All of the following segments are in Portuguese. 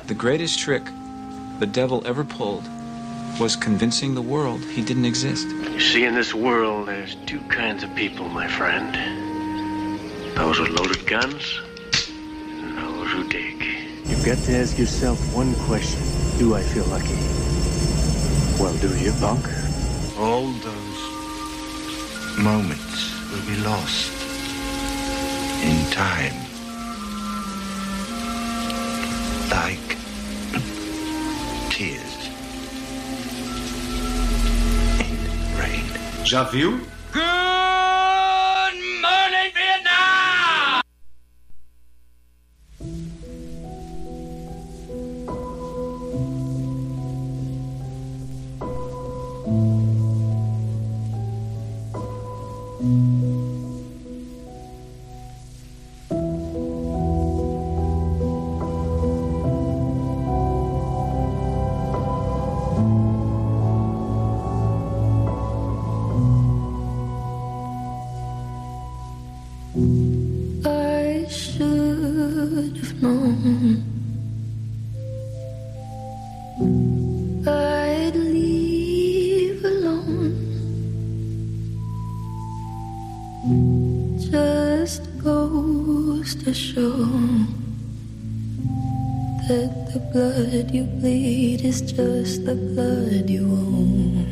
The greatest trick the devil ever pulled was convincing the world he didn't exist. You see, in this world, there's two kinds of people, my friend. Those with loaded guns, and those who dig. You've got to ask yourself one question. Do I feel lucky? Well, do you, punk? All those moments will be lost in time. Like tears in rain. Já viu? Good morning, Vietnam! I should have known I'd leave alone. Just goes to show that the blood you bleed is just the blood you own.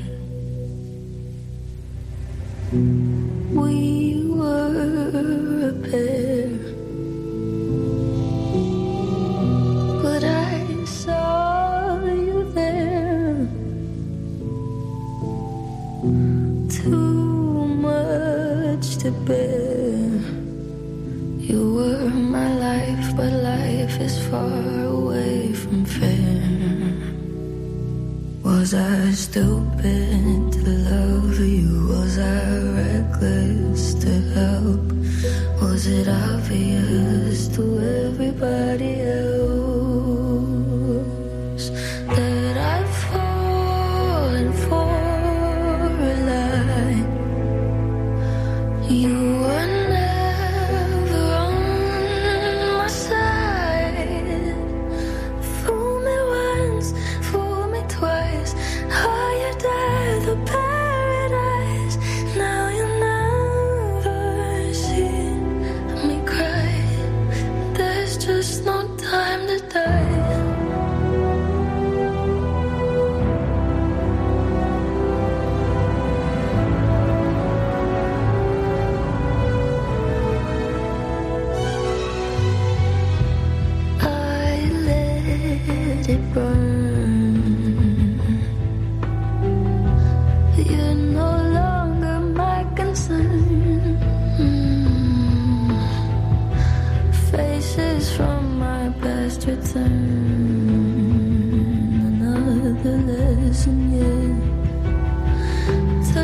We were a pair, but I saw you there. Too much to bear. You were my life, but life is far away from fair. Was I stupid to love you? Was I reckless to help? Was it obvious to everybody else that I've fallen for a lie? You were never on my side. Fool me once, fool me twice. Higher than the paradise. Now you never see me cry. There's just no time to die. I let it burn. You're no longer my concern. Faces from my past return. Another lesson yet to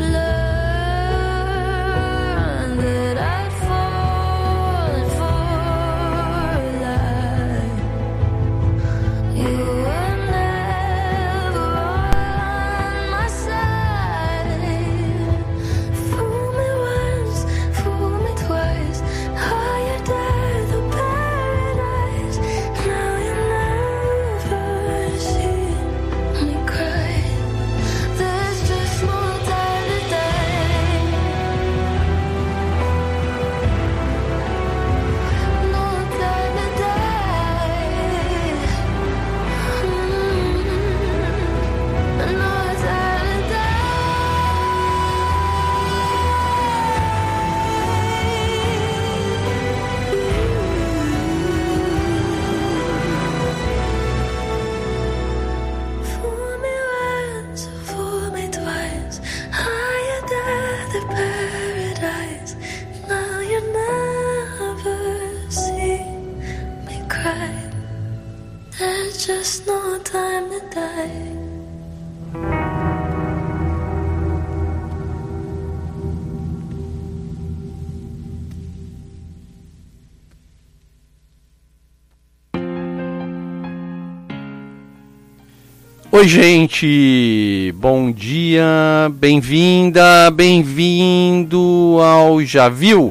learn that I'd fallen for a lie. You were never on my side. Fool me once, fool me twice. Higher than the paradise. Now you never see me cry. There's just no time to die. No time to die. No time to die. Fool me once, fool me twice. Higher than the paradise. Now you never see me cry. There's just no time to die. Oi, gente, bom dia, bem-vinda, bem-vindo ao Já Viu?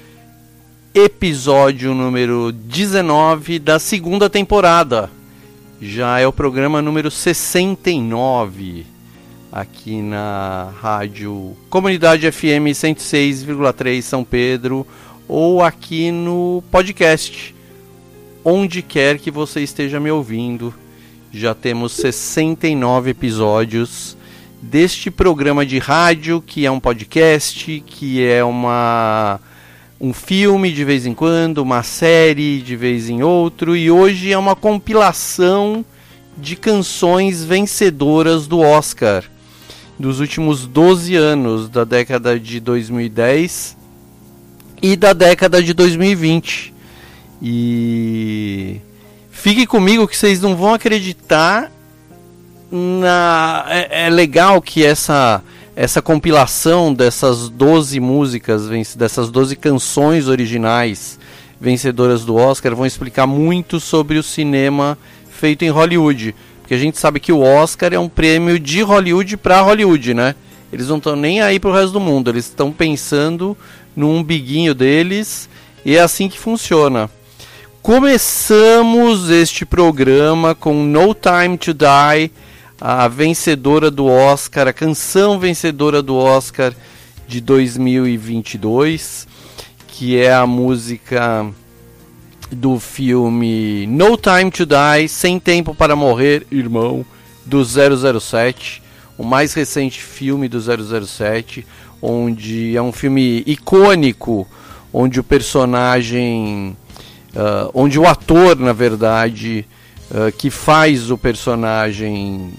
Episódio número 19 da segunda temporada. Já é o programa número 69 aqui na rádio Comunidade FM 106,3 São Pedro, ou aqui no podcast, onde quer que você esteja me ouvindo. Já temos 69 episódios deste programa de rádio, que é um podcast, que é um filme de vez em quando, uma série de vez em outro, e hoje é uma compilação de canções vencedoras do Oscar dos últimos 12 anos, da década de 2010 e da década de 2020. E fique comigo que vocês não vão acreditar é legal que essa compilação dessas 12 músicas, dessas 12 canções originais vencedoras do Oscar, vão explicar muito sobre o cinema feito em Hollywood. Porque a gente sabe que o Oscar é um prêmio de Hollywood para Hollywood, né? Eles não estão nem aí pro resto do mundo, eles estão pensando no umbiguinho deles, e é assim que funciona. Começamos este programa com No Time to Die, a vencedora do Oscar, a canção vencedora do Oscar de 2022, que é a música do filme No Time to Die, Sem Tempo para Morrer, Irmão, do 007, o mais recente filme do 007, onde é um filme icônico, onde o personagem, onde o ator, na verdade, que faz o personagem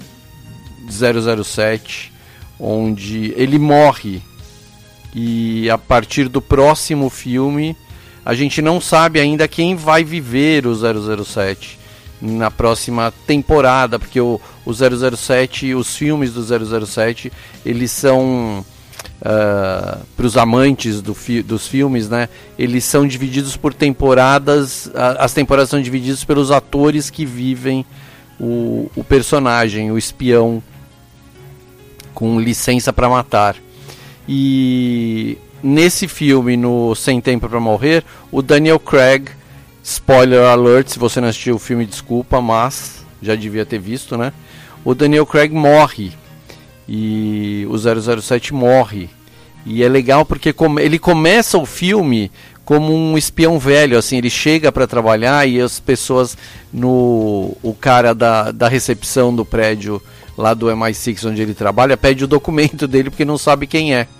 007, onde ele morre, e a partir do próximo filme a gente não sabe ainda quem vai viver o 007 na próxima temporada, porque o 007, os filmes do 007, eles são, para os amantes dos filmes, né, eles são divididos por temporadas, as temporadas são divididas pelos atores que vivem o personagem, o espião com licença para matar. E nesse filme, no Sem Tempo para Morrer, o Daniel Craig, spoiler alert, se você não assistiu o filme, desculpa, mas já devia ter visto, né? O Daniel Craig morre, e o 007 morre. E é legal porque ele começa o filme como um espião velho, assim, ele chega para trabalhar e as pessoas, o cara da recepção do prédio lá do MI6 onde ele trabalha, pede o documento dele porque não sabe quem é.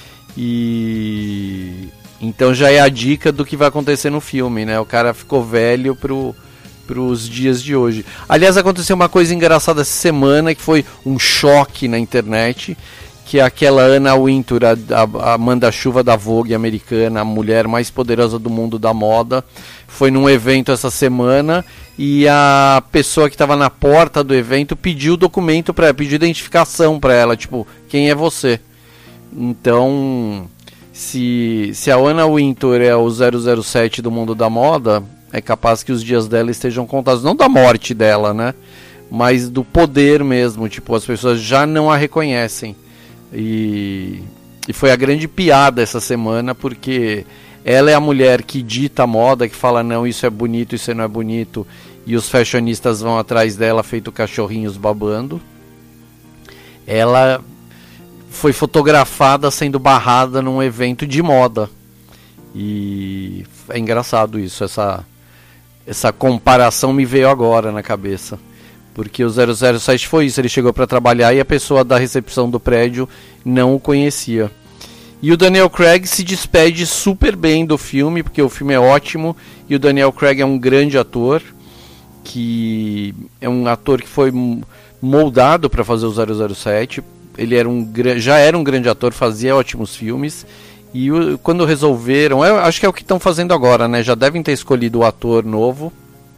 E então já é a dica do que vai acontecer no filme, né? O cara ficou velho pros dias de hoje. Aliás, aconteceu uma coisa engraçada essa semana, que foi um choque na internet, que é aquela Anna Wintour, a manda-chuva da Vogue americana, a mulher mais poderosa do mundo da moda, foi num evento essa semana, e a pessoa que estava na porta do evento pediu documento para ela, pediu identificação para ela, tipo, quem é você? Então, se a Anna Wintour é o 007 do mundo da moda, é capaz que os dias dela estejam contados, não da morte dela, né? Mas do poder mesmo, tipo, as pessoas já não a reconhecem. E foi a grande piada essa semana, porque ela é a mulher que dita a moda, que fala, não, isso é bonito, isso não é bonito, e os fashionistas vão atrás dela feito cachorrinhos babando. Ela foi fotografada sendo barrada num evento de moda. E é engraçado isso, essa comparação me veio agora na cabeça. Porque o 007 foi isso, ele chegou para trabalhar e a pessoa da recepção do prédio não o conhecia. E o Daniel Craig se despede super bem do filme, porque o filme é ótimo, e o Daniel Craig é um grande ator, que é um ator que foi moldado para fazer o 007. Ele já era um grande ator, fazia ótimos filmes, e quando resolveram, acho que é o que estão fazendo agora, né? Já devem ter escolhido o ator novo,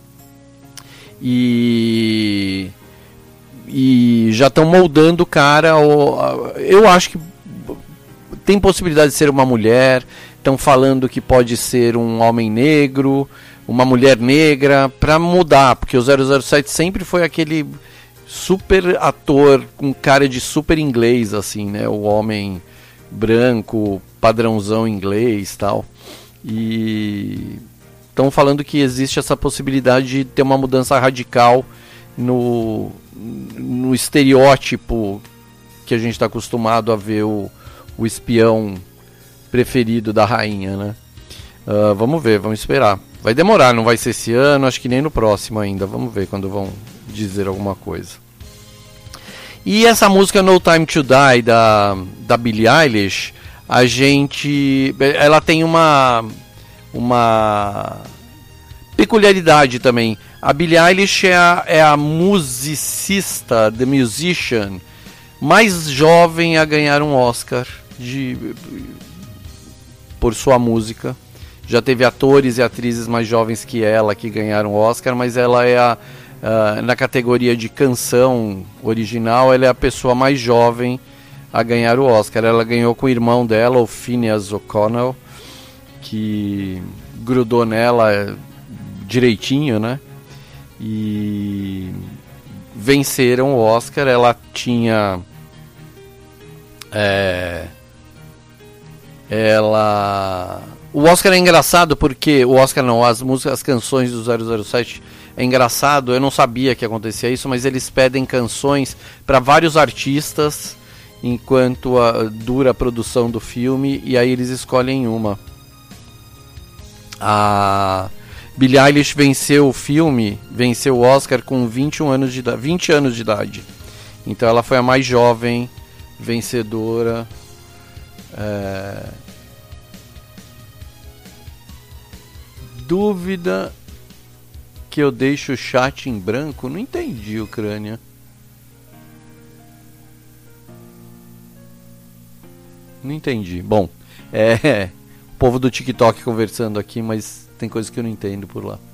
e já estão moldando o cara. Eu acho que tem possibilidade de ser uma mulher, estão falando que pode ser um homem negro, uma mulher negra, para mudar, porque o 007 sempre foi aquele super ator com cara de super inglês, assim, né? O homem branco, padrãozão inglês, tal. E estão falando que existe essa possibilidade de ter uma mudança radical no estereótipo que a gente está acostumado a ver o espião preferido da rainha, né? Vamos ver, vamos esperar. Vai demorar, não vai ser esse ano, acho que nem no próximo ainda. Vamos ver quando vão dizer alguma coisa. E essa música No Time to Die da Billie Eilish, ela tem uma peculiaridade também. A Billie Eilish é a musicista, the musician, mais jovem a ganhar um Oscar por sua música. Já teve atores e atrizes mais jovens que ela que ganharam o Oscar, mas ela é na categoria de canção original, ela é a pessoa mais jovem a ganhar o Oscar. Ela ganhou com o irmão dela, o Phineas O'Connell, que grudou nela direitinho, né? E venceram o Oscar. Ela tinha... O Oscar é engraçado porque... O Oscar não, as canções do 007 é engraçado. Eu não sabia que acontecia isso, mas eles pedem canções para vários artistas enquanto dura a produção do filme, e aí eles escolhem uma. A Billie Eilish venceu o Oscar com 20 anos de idade. Então ela foi a mais jovem vencedora. Dúvida que eu deixo o chat em branco? Não entendi, Ucrânia. Não entendi. Bom, o povo do TikTok conversando aqui, mas tem coisas que eu não entendo por lá.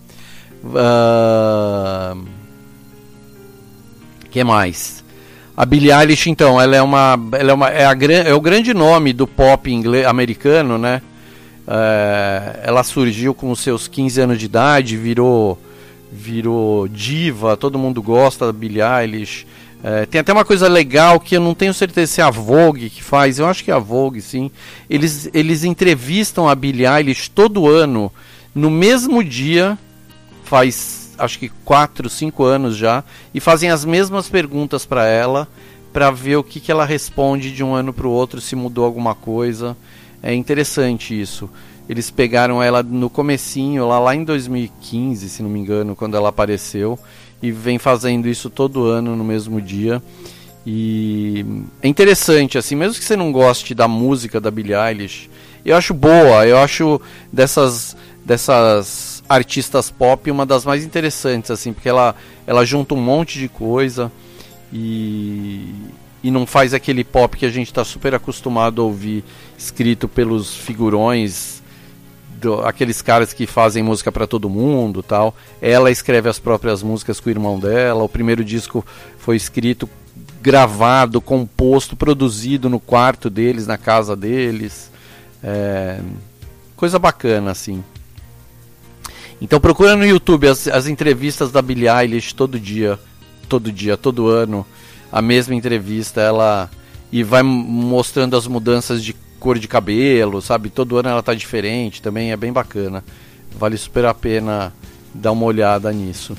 Que mais? A Billie Eilish, então, é o grande nome do pop americano, né? Ela surgiu com os seus 15 anos de idade, virou diva, todo mundo gosta da Billie Eilish. Tem até uma coisa legal que eu não tenho certeza se é a Vogue que faz, eu acho que é a Vogue, sim. Eles entrevistam a Billie Eilish todo ano, no mesmo dia, faz acho que 4, 5 anos já, e fazem as mesmas perguntas para ela, para ver o que ela responde de um ano para o outro, se mudou alguma coisa. É interessante isso. Eles pegaram ela no comecinho, lá em 2015, se não me engano, quando ela apareceu, e vem fazendo isso todo ano no mesmo dia. E é interessante, assim, mesmo que você não goste da música da Billie Eilish, eu acho boa, eu acho dessas artistas pop uma das mais interessantes, assim, porque ela junta um monte de coisa e não faz aquele pop que a gente está super acostumado a ouvir, escrito pelos figurões, aqueles caras que fazem música para todo mundo, tal. Ela escreve as próprias músicas com o irmão dela. O primeiro disco foi escrito, gravado, composto, produzido no quarto deles, na casa deles. Coisa bacana, assim. Então procura no YouTube as entrevistas da Billie Eilish todo ano, a mesma entrevista, e vai mostrando as mudanças de cor de cabelo, sabe? Todo ano ela tá diferente, também é bem bacana. Vale super a pena dar uma olhada nisso.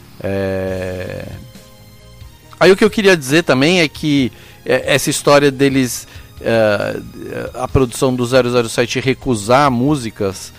Aí o que eu queria dizer também é que essa história deles, a produção do 007 recusar músicas,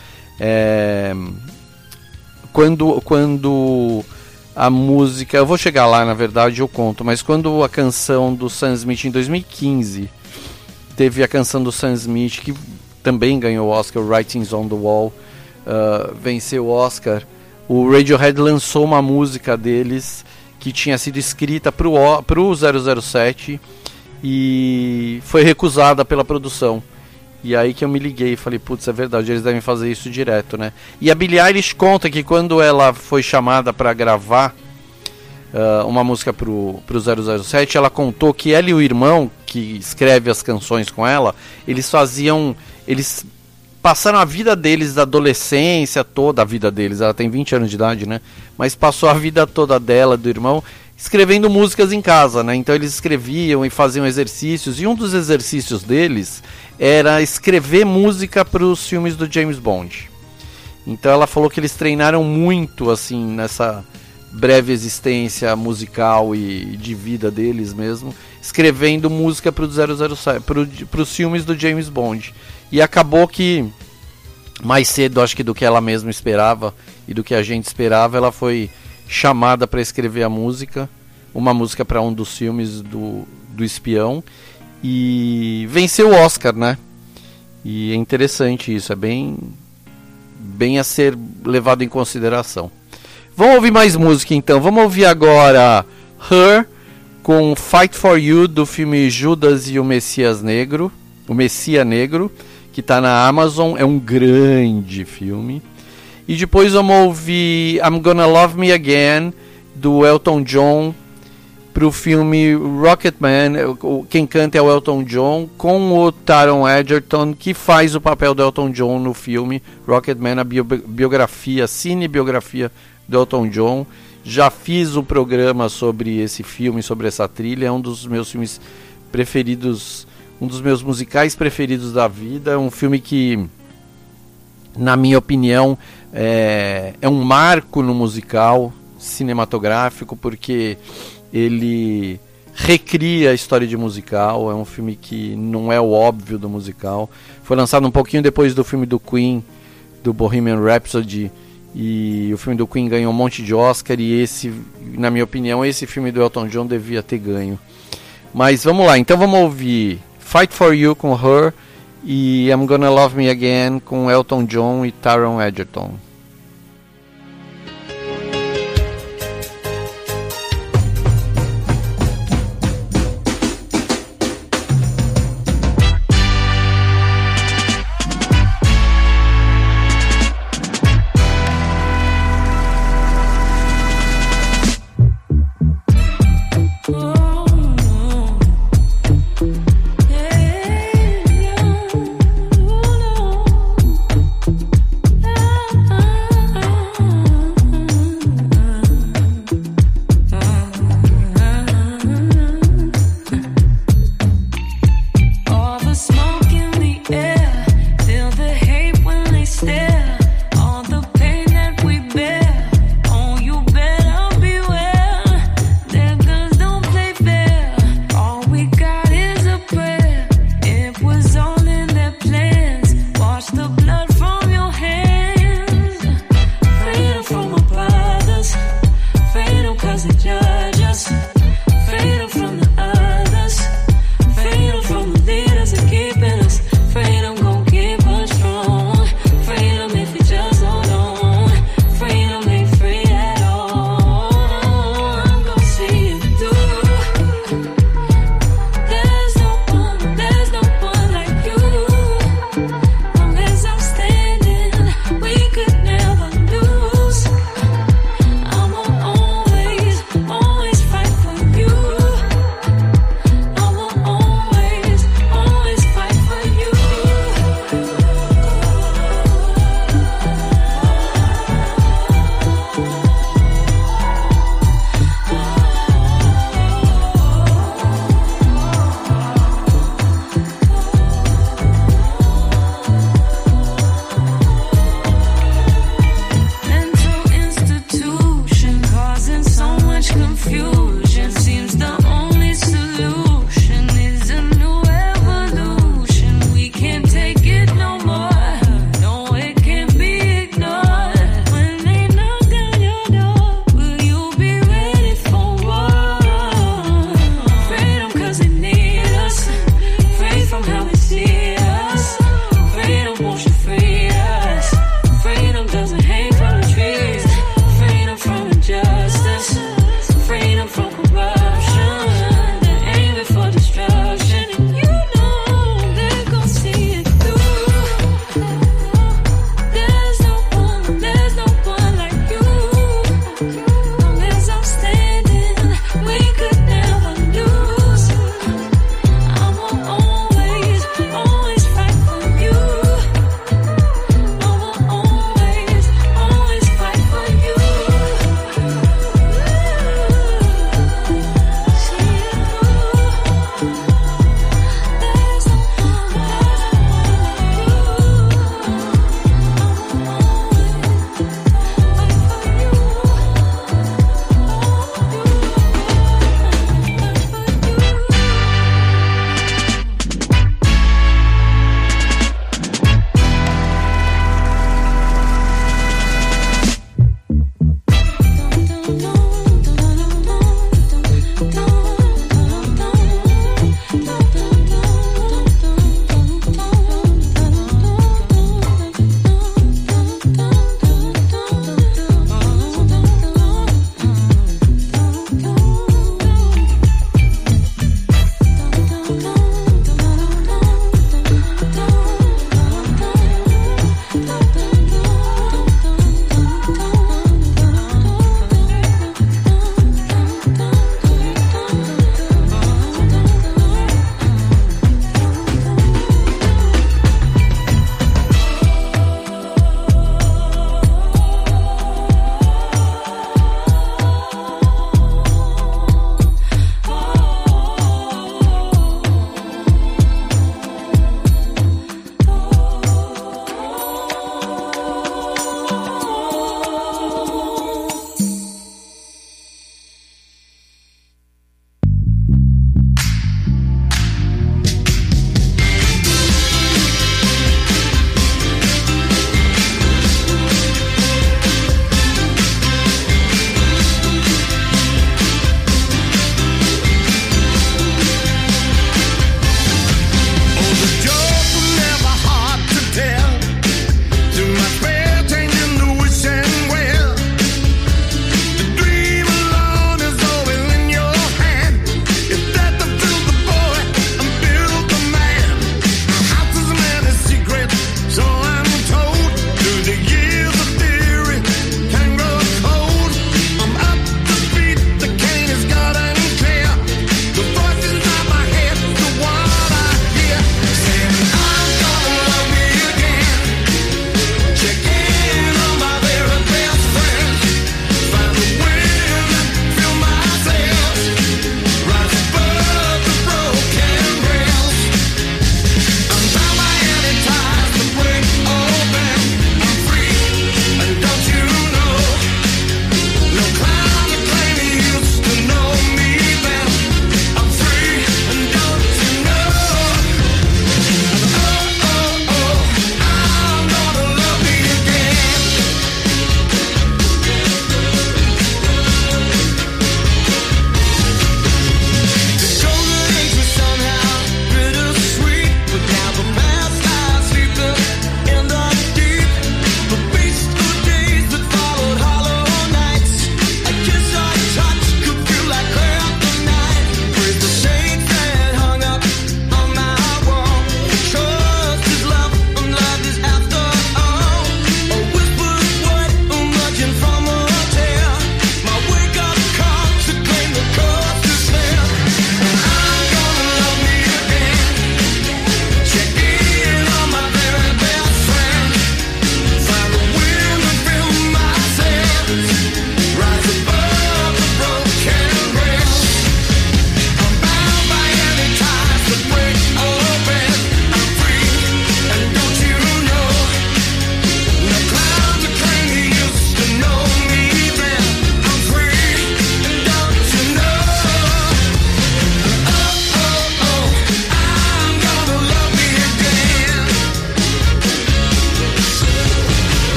quando a música, eu vou chegar lá, na verdade eu conto, mas quando a canção do Sam Smith em 2015 teve a canção do Sam Smith, que também ganhou o Oscar, Writings on the Wall, venceu o Oscar, o Radiohead lançou uma música deles que tinha sido escrita pro 007 e foi recusada pela produção. E aí que eu me liguei e falei, putz, é verdade, eles devem fazer isso direto, né? E a Billie Eilish conta que quando ela foi chamada para gravar uma música pro 007, ela contou que ela e o irmão, que escreve as canções com ela, eles passaram a vida deles, da adolescência toda, a vida deles, ela tem 20 anos de idade, né? Mas passou a vida toda dela, do irmão, escrevendo músicas em casa, né? Então eles escreviam e faziam exercícios, e um dos exercícios deles era escrever música para os filmes do James Bond. Então ela falou que eles treinaram muito, assim, breve existência musical e de vida deles mesmo, escrevendo música para os filmes do James Bond. E acabou que, mais cedo, acho que do que ela mesma esperava e do que a gente esperava, ela foi chamada para escrever a música, uma música para um dos filmes do espião, e venceu o Oscar, né? E é interessante isso, é bem a ser levado em consideração. Vamos ouvir mais música então. Vamos ouvir agora Her com Fight For You, do filme Judas e o Messias Negro, que está na Amazon. É um grande filme. E depois vamos ouvir I'm Gonna Love Me Again, do Elton John, para o filme Rocketman. Quem canta é o Elton John, com o Taron Egerton, que faz o papel do Elton John no filme Rocketman, a cinebiografia do Elton John. Já fiz um programa sobre esse filme, sobre essa trilha. É um dos meus filmes preferidos, um dos meus musicais preferidos da vida. É um filme que, na minha opinião, é um marco no musical cinematográfico, porque ele recria a história de musical. É um filme que não é o óbvio do musical. Foi lançado um pouquinho depois do filme do Queen, do Bohemian Rhapsody, e o filme do Queen ganhou um monte de Oscar, e esse, na minha opinião, esse filme do Elton John devia ter ganho. Mas vamos lá, então vamos ouvir Fight For You com Her e I'm Gonna Love Me Again com Elton John e Taron Egerton. Freedom from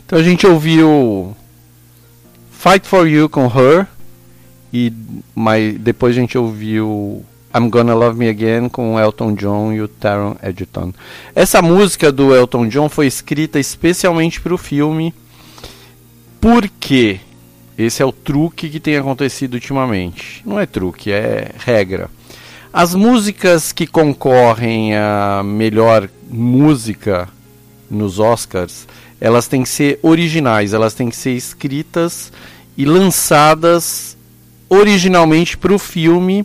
Então a gente ouviu Fight For You com Her, mas depois a gente ouviu I'm Gonna Love Me Again com o Elton John e o Taron Egerton. Essa música do Elton John foi escrita especialmente para o filme, porque esse é o truque que tem acontecido ultimamente. Não é truque, é regra. As músicas que concorrem a melhor música nos Oscars, elas têm que ser originais, elas têm que ser escritas e lançadas originalmente para o filme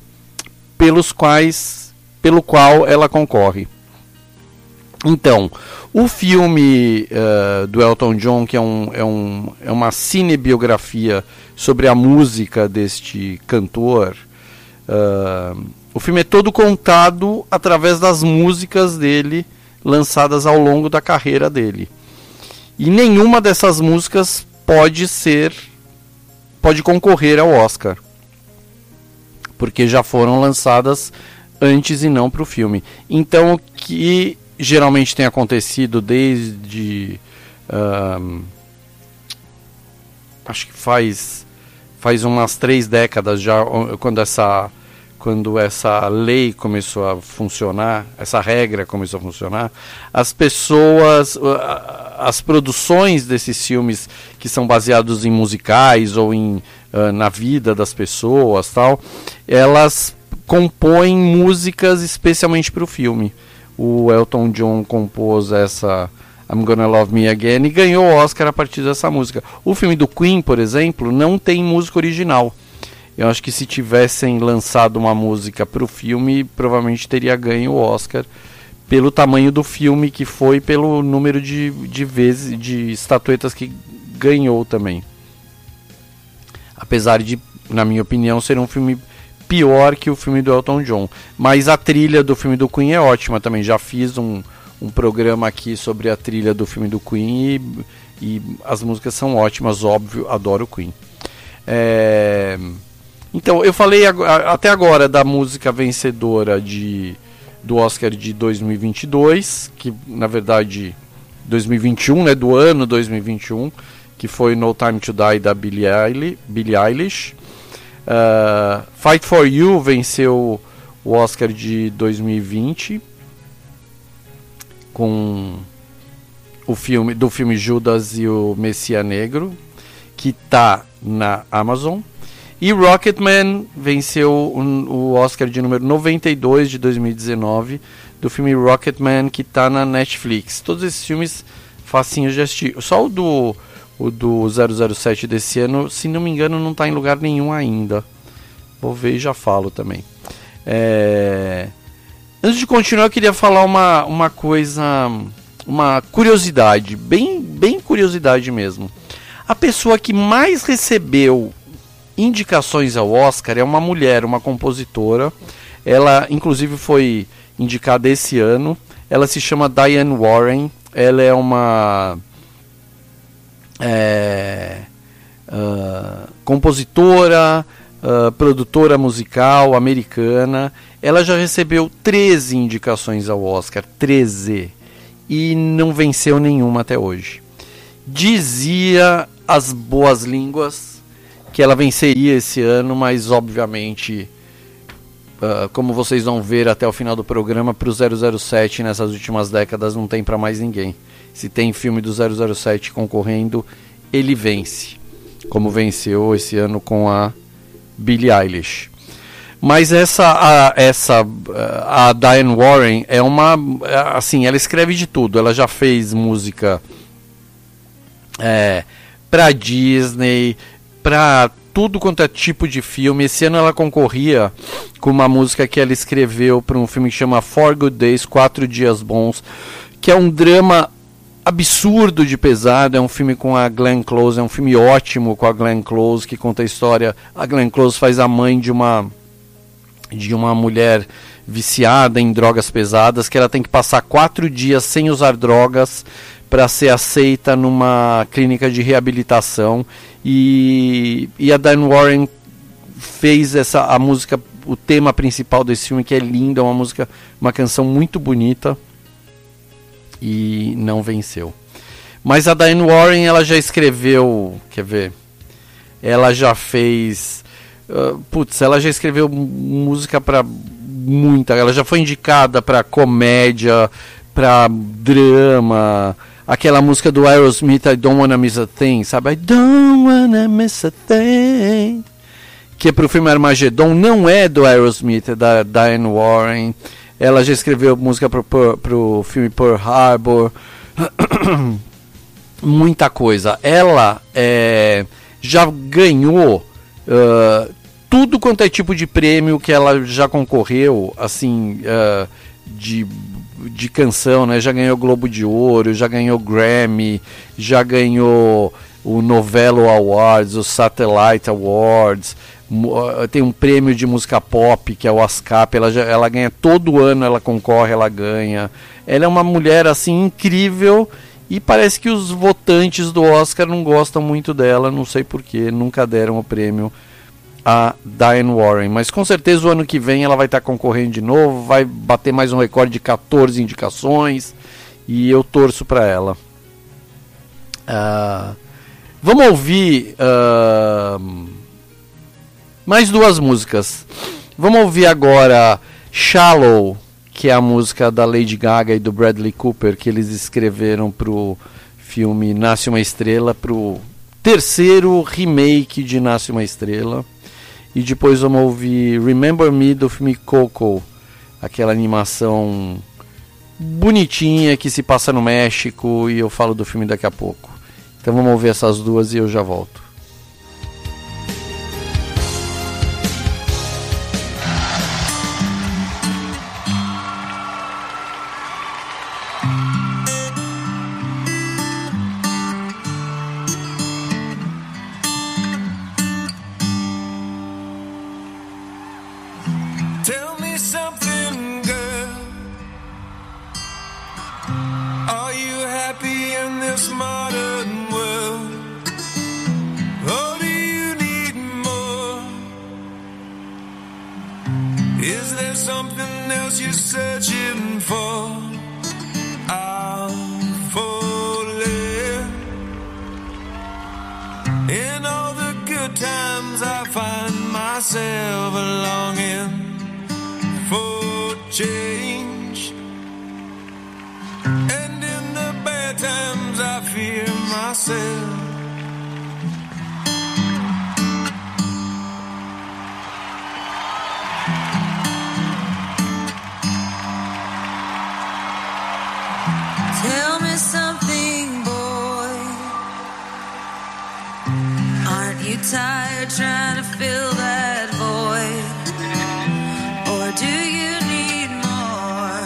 pelo qual ela concorre. Então, o filme do Elton John, que é uma cinebiografia sobre a música deste cantor, o filme é todo contado através das músicas dele, lançadas ao longo da carreira dele. E nenhuma dessas músicas pode concorrer ao Oscar, porque já foram lançadas antes e não para o filme. Então, o que geralmente tem acontecido desde acho que faz umas 3 décadas já, quando essa lei começou a funcionar, essa regra começou a funcionar, as produções desses filmes que são baseados em musicais ou na vida das pessoas, tal, elas compõem músicas especialmente para o filme. O Elton John compôs essa I'm Gonna Love Me Again e ganhou o Oscar a partir dessa música. O filme do Queen, por exemplo, não tem música original. Eu acho que se tivessem lançado uma música para o filme, provavelmente teria ganho o Oscar pelo tamanho do filme que foi, pelo número de estatuetas que ganhou também. Apesar de, na minha opinião, ser um filme pior que o filme do Elton John. Mas a trilha do filme do Queen é ótima também. Já fiz um programa aqui sobre a trilha do filme do Queen e as músicas são ótimas, óbvio, adoro o Queen. Então, eu falei até agora da música vencedora do Oscar de 2022, que na verdade 2021, né, do ano 2021, que foi No Time to Die da Billie Eilish. Fight For You venceu o Oscar de 2020 com o filme Judas e o Messias Negro, que está na Amazon. E Rocketman venceu o Oscar de número 92 de 2019 do filme Rocketman, que está na Netflix. Todos esses filmes facinhos de assistir. Só o do 007 desse ano, se não me engano, não está em lugar nenhum ainda. Vou ver e já falo também. Antes de continuar, eu queria falar uma coisa, uma curiosidade, bem curiosidade mesmo. A pessoa que mais recebeu indicações ao Oscar é uma mulher, uma compositora. Ela inclusive foi indicada esse ano. Ela se chama Diane Warren. Ela é uma compositora, produtora musical americana. Ela já recebeu 13 indicações ao Oscar, 13, e não venceu nenhuma até hoje. Dizia as boas línguas que ela venceria esse ano, mas obviamente, como vocês vão ver até o final do programa, para o 007 nessas últimas décadas não tem para mais ninguém. Se tem filme do 007 concorrendo, ele vence, como venceu esse ano com a Billie Eilish. Mas a Diane Warren é assim, ela escreve de tudo. Ela já fez música para Disney, para tudo quanto é tipo de filme. Esse ano ela concorria com uma música que ela escreveu para um filme que chama 4 Good Days, 4 Dias Bons, que é um drama absurdo de pesado. É um filme com a Glenn Close, é um filme ótimo com a Glenn Close, que conta a história. A Glenn Close faz a mãe de uma mulher viciada em drogas pesadas, que ela tem que passar 4 dias sem usar drogas para ser aceita numa clínica de reabilitação. E a Diane Warren fez a música, o tema principal desse filme, que é lindo, é uma canção muito bonita, e não venceu. Mas a Diane Warren, ela já escreveu, quer ver? Ela já fez, ela já escreveu música para muita, ela já foi indicada para comédia, para drama, aquela música do Aerosmith, I Don't Wanna Miss a Thing, sabe? I Don't Wanna Miss a Thing, que é pro filme Armageddon, não é do Aerosmith, é da Diane Warren. Ela já escreveu música pro filme Pearl Harbor, muita coisa. Ela já ganhou tudo quanto é tipo de prêmio que ela já concorreu, assim, de canção, né? Já ganhou Globo de Ouro, já ganhou Grammy, já ganhou o Novello Awards, o Satellite Awards, tem um prêmio de música pop que é o ASCAP, ela ganha todo ano, ela concorre, ela ganha. Ela é uma mulher assim incrível e parece que os votantes do Oscar não gostam muito dela, não sei porquê, nunca deram o prêmio a Diane Warren, mas com certeza o ano que vem ela vai estar concorrendo de novo, vai bater mais um recorde de 14 indicações e eu torço para ela. Vamos ouvir mais duas músicas. Vamos ouvir agora Shallow, que é a música da Lady Gaga e do Bradley Cooper, que eles escreveram pro filme Nasce uma Estrela, pro terceiro remake de Nasce uma Estrela. E depois vamos ouvir Remember Me do filme Coco, aquela animação bonitinha que se passa no México, e eu falo do filme daqui a pouco. Então vamos ouvir essas duas e eu já volto. Tell me something, boy. Aren't you tired trying to fill that void? Or do you need more?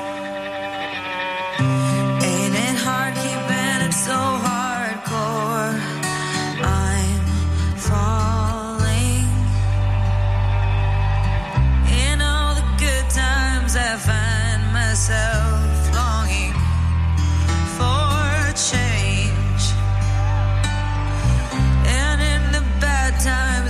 Ain't it hard keeping it so hardcore? I'm falling. In all the good times I find myself longing for change, and in the bad times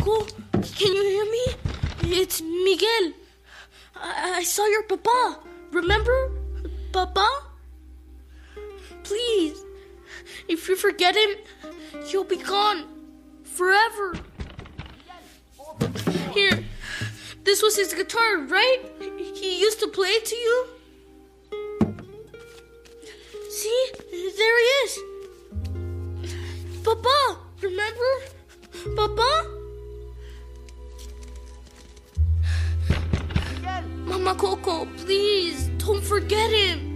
Coco, can you hear me? It's Miguel. I saw your papa. Remember? Papa? Please. If you forget him, he'll be gone. Forever. Here. This was his guitar, right? He used to play it to you? See? There he is. Papa, remember? Papa? Mama Coco, please, don't forget him.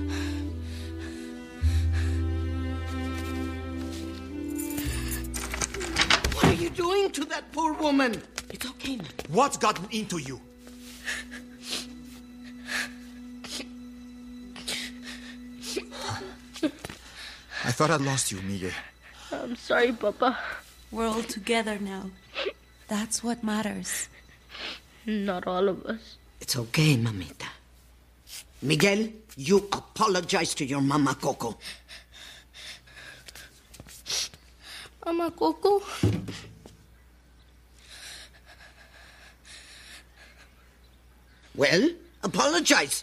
What are you doing to that poor woman? It's okay, man. What's gotten into you? I thought I'd lost you, Miguel. I'm sorry, Papa. We're all together now. That's what matters. Not all of us. It's okay, Mamita. Miguel, you apologize to your Mama Coco. Mama Coco? Well, apologize.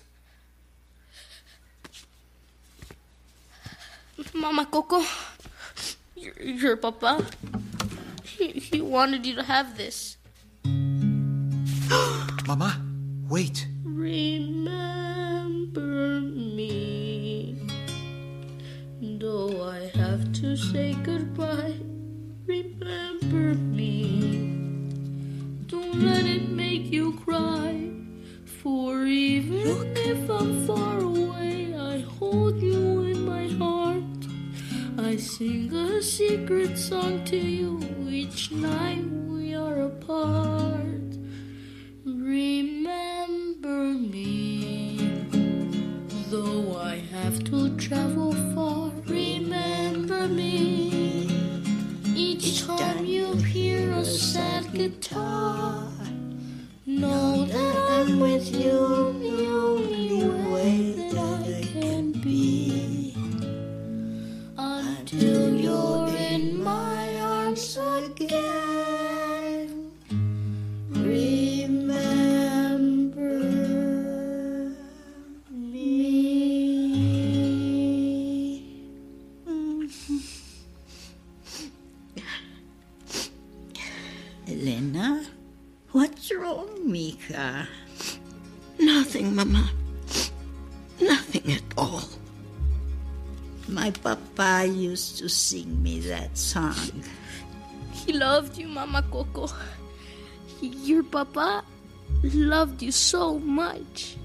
Mama Coco, your papa, he wanted you to have this. Mama, wait. Remember me, though I have to say goodbye. Remember me, don't let it make you cry. For even if I'm far away, I hold you in my heart. I sing a secret song to you each night we are apart. Remember me, though I have to travel far. Remember me, each time you hear a sad guitar. Know that I'm with you the only way that I can be, until you're in my arms again. Remember me. Elena? What's wrong, Mika? Nothing, Mama. Nothing at all. My papa used to sing me that song. He loved you, Mama Coco. Your papa loved you so much.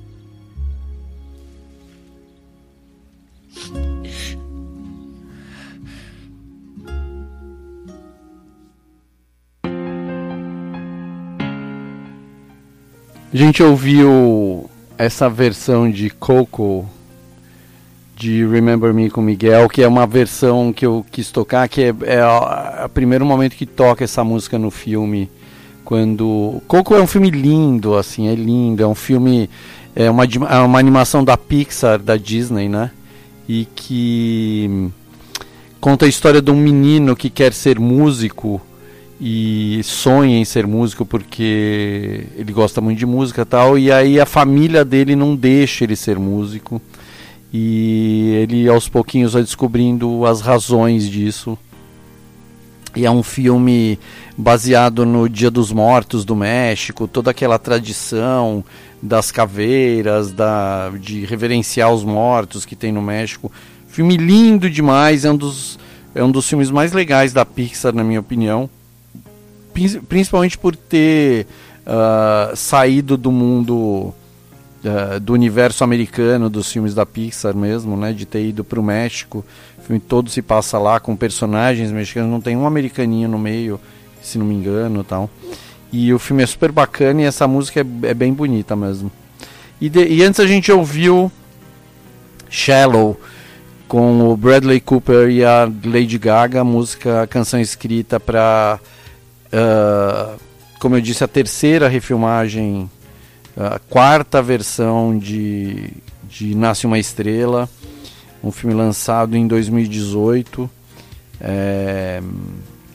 A gente ouviu essa versão de Coco de Remember Me com Miguel, que é uma versão que eu quis tocar, que é o primeiro momento que toca essa música no filme. Quando Coco é um filme lindo, assim, é lindo, é um filme, é uma animação da Pixar, da Disney, né? E que conta a história de um menino que quer ser músico e sonha em ser músico porque ele gosta muito de música e tal, e aí a família dele não deixa ele ser músico, e ele aos pouquinhos vai descobrindo as razões disso. E é um filme baseado no Dia dos Mortos do México, toda aquela tradição das caveiras, de reverenciar os mortos que tem no México. Filme lindo demais, é um dos filmes mais legais da Pixar, na minha opinião. Principalmente por ter saído do mundo do universo americano dos filmes da Pixar mesmo, né, de ter ido para o México. O filme todo se passa lá com personagens mexicanos, não tem um americaninho no meio, se não me engano, tal. E o filme é super bacana e essa música é bem bonita mesmo. E antes a gente ouviu Shallow com o Bradley Cooper e a Lady Gaga, a canção escrita para como eu disse, a terceira refilmagem, a quarta versão de Nasce uma Estrela, um filme lançado em 2018,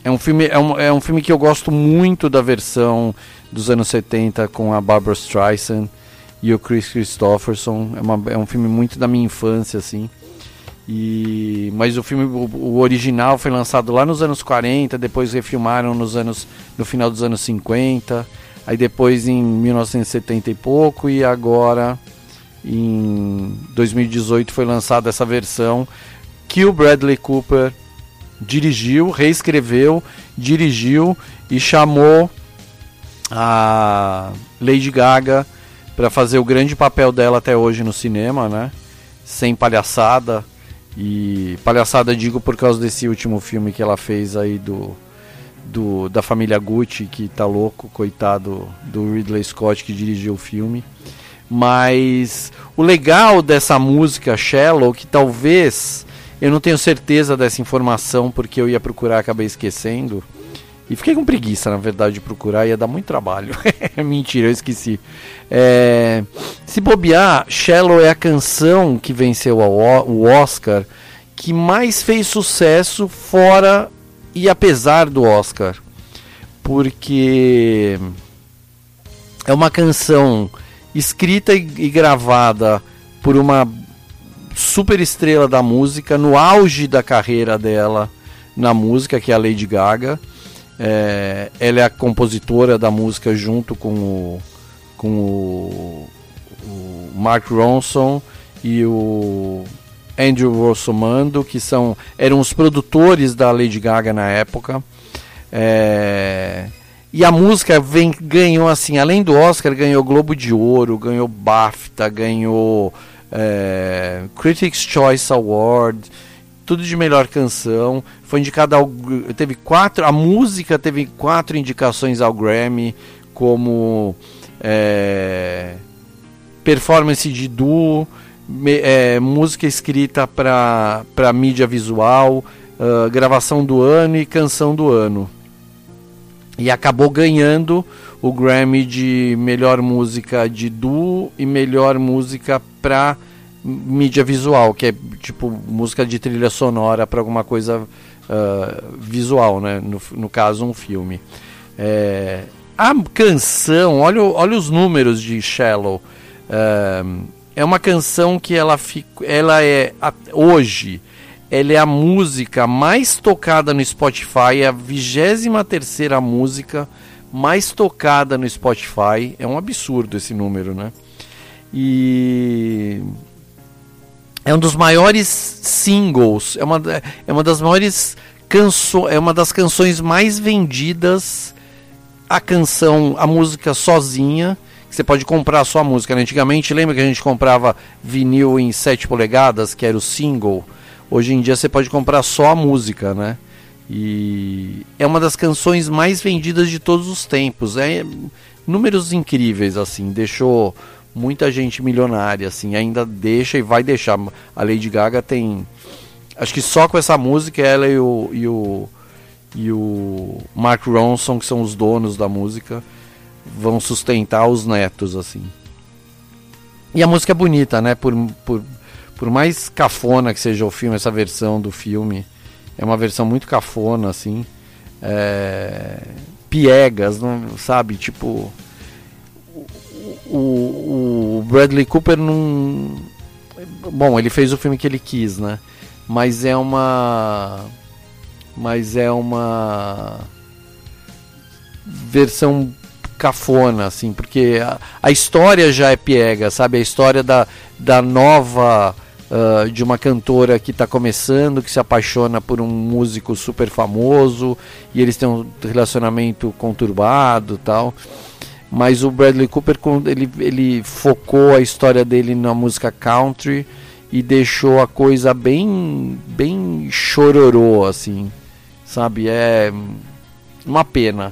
É um filme que eu gosto muito da versão dos anos 70 com a Barbra Streisand e o Chris Christopherson. É um filme muito da minha infância, assim. Mas o original foi lançado lá nos anos 40, depois refilmaram no final dos anos 50, aí depois em 1970 e pouco, e agora em 2018 foi lançada essa versão que o Bradley Cooper dirigiu, reescreveu, dirigiu e chamou a Lady Gaga para fazer o grande papel dela até hoje no cinema, né? Sem palhaçada. E palhaçada digo por causa desse último filme que ela fez aí da família Gucci, que tá louco, coitado do Ridley Scott que dirigiu o filme. Mas o legal dessa música Shallow, que talvez, eu não tenho certeza dessa informação porque eu ia procurar e acabei esquecendo, e fiquei com preguiça, na verdade, de procurar, ia dar muito trabalho. Mentira, eu esqueci. Se bobear, Shallow é a canção que venceu o Oscar que mais fez sucesso fora e apesar do Oscar. Porque é uma canção escrita e gravada por uma super estrela da música, no auge da carreira dela na música, que é a Lady Gaga. Ela é a compositora da música junto com o Mark Ronson e o Andrew Rossomando, que eram os produtores da Lady Gaga na época. E a música ganhou, assim, além do Oscar, ganhou Globo de Ouro, ganhou BAFTA, ganhou Critics' Choice Award, tudo de melhor canção. Foi indicada a música teve 4 indicações ao Grammy, como performance de duo, música escrita para mídia visual, gravação do ano e canção do ano. E acabou ganhando o Grammy de melhor música de duo e melhor música para mídia visual, que é tipo música de trilha sonora para alguma coisa visual, né? No caso, um filme. A canção, olha os números de Shallow. É uma canção que hoje ela é a música mais tocada no Spotify, é a 23ª música mais tocada no Spotify. É um absurdo esse número, né? E é um dos maiores singles, é uma das maiores canções, é uma das canções mais vendidas. A música sozinha, que você pode comprar a sua música, né? Antigamente, lembra que a gente comprava vinil em 7 polegadas, que era o single? Hoje em dia você pode comprar só a música, né? E é uma das canções mais vendidas de todos os tempos. Números incríveis, assim, deixou muita gente milionária, assim, ainda deixa e vai deixar. A Lady Gaga tem, acho que só com essa música, ela e o Mark Ronson, que são os donos da música, vão sustentar os netos, assim. E a música é bonita, né? Por mais cafona que seja o filme, essa versão do filme, é uma versão muito cafona, assim. Piegas, não, sabe? Tipo, o Bradley Cooper não... Bom, ele fez o filme que ele quis, né? Mas é uma versão cafona, assim, porque a história já é piega, sabe? A história da nova, de uma cantora que está começando, que se apaixona por um músico super famoso, e eles têm um relacionamento conturbado e tal. Mas o Bradley Cooper, ele focou a história dele na música country e deixou a coisa bem chororô, assim, sabe? É uma pena.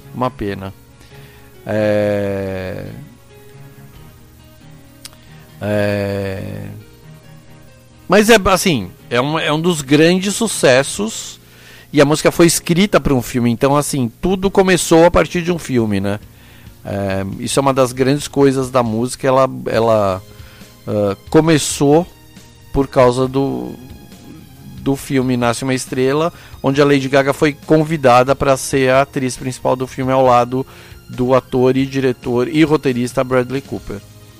Mas assim, é um dos grandes sucessos, e a música foi escrita para um filme, então assim, tudo começou a partir de um filme, né? Isso é uma das grandes coisas da música. Ela começou por causa do filme Nasce uma Estrela, onde a Lady Gaga foi convidada para ser a atriz principal do filme ao lado do ator e diretor e roteirista Bradley Cooper.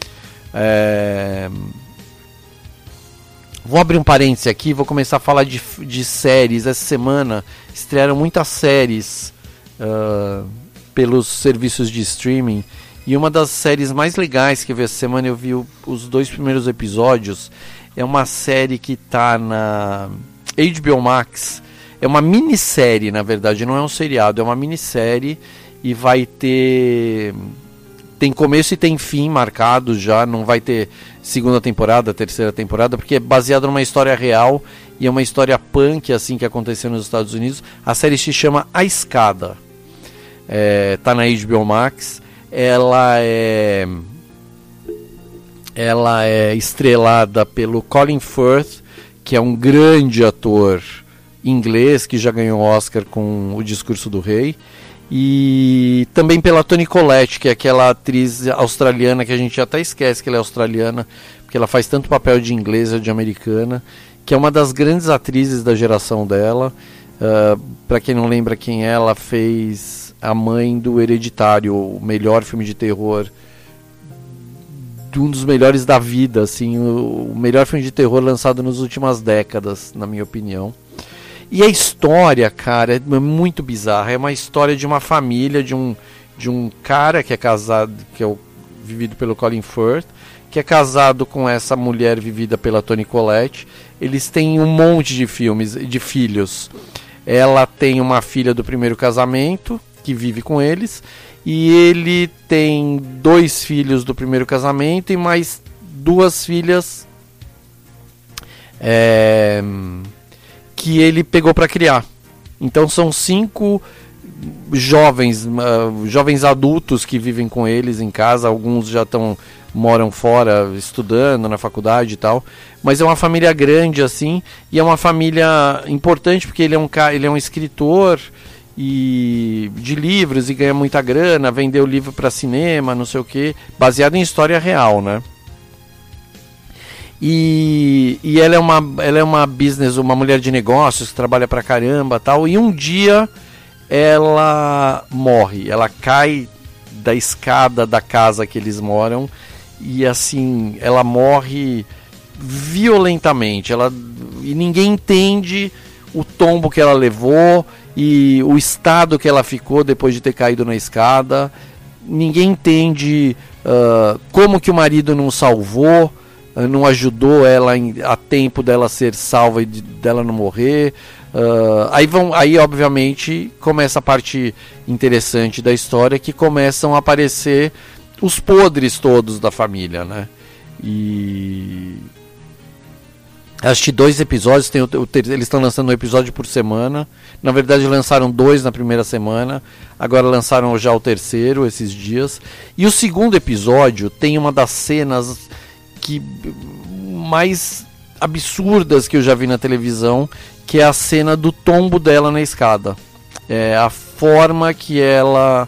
Vou abrir um parêntese aqui, vou começar a falar de séries. Essa semana estrearam muitas séries pelos serviços de streaming, e uma das séries mais legais que eu vi essa semana, eu vi os 2 primeiros episódios. É uma série que está na HBO Max. É uma minissérie, na verdade, não é um seriado, é uma minissérie, e vai ter... tem começo e tem fim marcados já, não vai ter segunda temporada, terceira temporada, porque é baseado numa história real, e é uma história punk, assim, que aconteceu nos Estados Unidos. A série se chama A Escada. Tá na HBO Max. Ela é estrelada pelo Colin Firth, que é um grande ator inglês que já ganhou Oscar com O Discurso do Rei, e também pela Toni Collette, que é aquela atriz australiana que a gente até esquece que ela é australiana, porque ela faz tanto papel de inglesa, de americana, que é uma das grandes atrizes da geração dela. Para quem não lembra quem é, ela fez a mãe do Hereditário, o melhor filme de terror, um dos melhores da vida, assim, o melhor filme de terror lançado nas últimas décadas, na minha opinião. E a história, cara, é muito bizarra. É uma história de uma família, de um cara que é casado, que é vivido pelo Colin Firth, que é casado com essa mulher vivida pela Toni Collette. Eles têm um monte de filhos. Ela tem uma filha do primeiro casamento, que vive com eles, e ele tem 2 filhos do primeiro casamento e mais 2 filhas que ele pegou para criar. Então são 5 jovens adultos que vivem com eles em casa. Alguns já moram fora, estudando na faculdade e tal, mas é uma família grande, assim, e é uma família importante porque ele é um escritor e de livros, e ganha muita grana, vendeu livro para cinema, não sei o que, baseado em história real, né? E ela é uma business, uma mulher de negócios que trabalha pra caramba, tal, e um dia ela morre, ela cai da escada da casa que eles moram, e assim, ela morre violentamente, e ninguém entende o tombo que ela levou e o estado que ela ficou depois de ter caído na escada. Ninguém entende como que o marido não salvou, não ajudou ela a tempo dela ser salva e dela não morrer. Aí obviamente começa a parte interessante da história, que começam a aparecer os podres todos da família, né? E assisti 2 episódios, eles estão lançando um episódio por semana. Na verdade lançaram 2 na primeira semana, agora lançaram já o terceiro esses dias. E o segundo episódio tem uma das cenas mais absurdas que eu já vi na televisão, que é a cena do tombo dela na escada. É a forma que ela...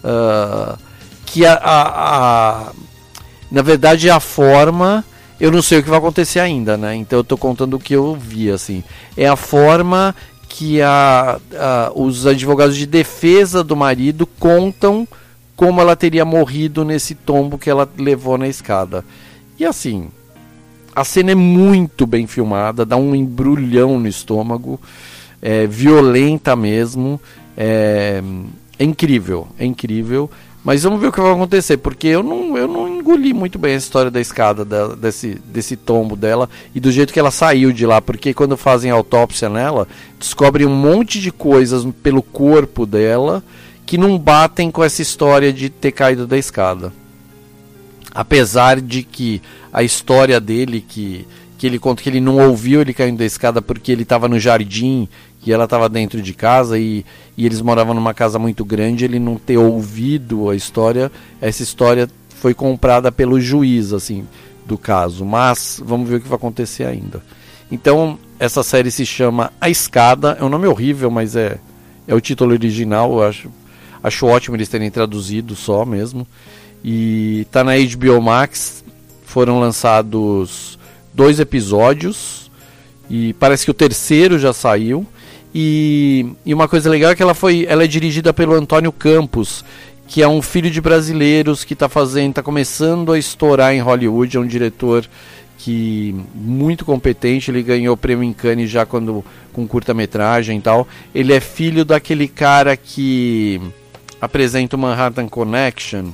na verdade a forma... Eu não sei o que vai acontecer ainda, né? Então eu tô contando o que eu vi, assim. É a forma que os advogados de defesa do marido contam como ela teria morrido nesse tombo que ela levou na escada. E assim, a cena é muito bem filmada, dá um embrulhão no estômago, é violenta mesmo, é incrível, é incrível. Mas vamos ver o que vai acontecer, porque eu não engoli muito bem a história da escada, desse tombo dela e do jeito que ela saiu de lá, porque quando fazem autópsia nela, descobrem um monte de coisas pelo corpo dela que não batem com essa história de ter caído da escada. Apesar de que a história dele, que ele conta que ele não ouviu ele caindo da escada porque ele estava no jardim e ela estava dentro de casa, e eles moravam numa casa muito grande, ele não ter ouvido a história. Essa história foi comprada pelo juiz, assim, do caso, mas vamos ver o que vai acontecer ainda. Então essa série se chama A Escada, é um nome horrível, mas é o título original. Eu acho ótimo eles terem traduzido só mesmo, e tá na HBO Max. Foram lançados 2 episódios E parece que o terceiro já saiu. E uma coisa legal é que ela é dirigida pelo Antônio Campos, que é um filho de brasileiros que tá começando a estourar em Hollywood. É um diretor muito competente. Ele ganhou o prêmio em Cannes já com curta-metragem e tal. Ele é filho daquele cara que apresenta o Manhattan Connection,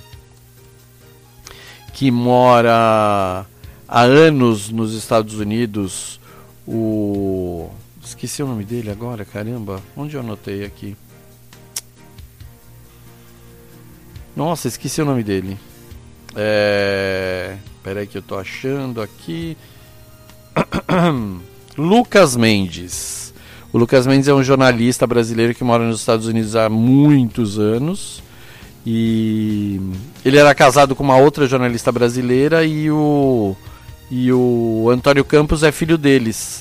que mora há anos nos Estados Unidos. Esqueci o nome dele agora, caramba. Onde eu anotei aqui? Nossa, esqueci o nome dele. Peraí que eu tô achando aqui. Lucas Mendes. O Lucas Mendes é um jornalista brasileiro que mora nos Estados Unidos há muitos anos. E ele era casado com uma outra jornalista brasileira e o Antônio Campos é filho deles.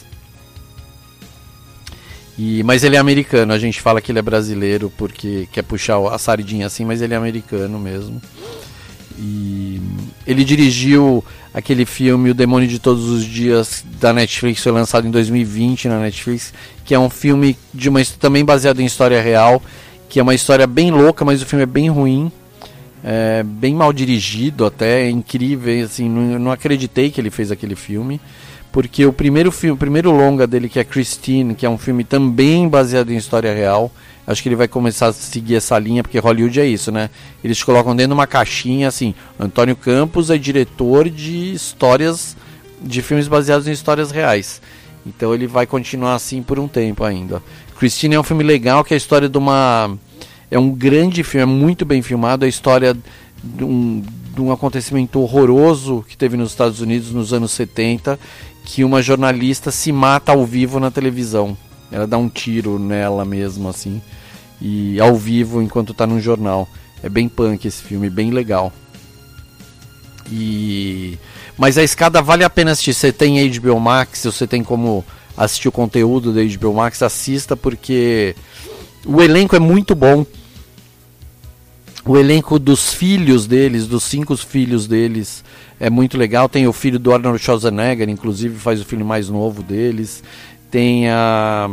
Mas ele é americano. A gente fala que ele é brasileiro porque quer puxar a sardinha assim, mas ele é americano mesmo. E ele dirigiu aquele filme O Demônio de Todos os Dias da Netflix, foi lançado em 2020 na Netflix, que é um filme também baseado em história real, que é uma história bem louca, mas o filme é bem ruim, bem mal dirigido até, é incrível, assim, não acreditei que ele fez aquele filme, porque o primeiro longa dele, que é Christine, que é um filme também baseado em história real, acho que ele vai começar a seguir essa linha, porque Hollywood é isso, né? Eles colocam dentro de uma caixinha, assim, Antônio Campos é diretor de histórias, de filmes baseados em histórias reais. Então ele vai continuar assim por um tempo ainda. Christine é um filme legal, que é a história de uma... É um grande filme, é muito bem filmado, é a história de um acontecimento horroroso que teve nos Estados Unidos nos anos 70, que uma jornalista se mata ao vivo na televisão. Ela dá um tiro nela mesmo, assim, e ao vivo enquanto tá num jornal. É bem punk esse filme, bem legal. Mas A Escada vale a pena assistir. Você tem HBO Max, se você tem como assistir o conteúdo da HBO Max, assista, porque o elenco é muito bom. O elenco dos filhos deles, dos 5 filhos deles, é muito legal. Tem o filho do Arnold Schwarzenegger, inclusive faz o filho mais novo deles. Tem a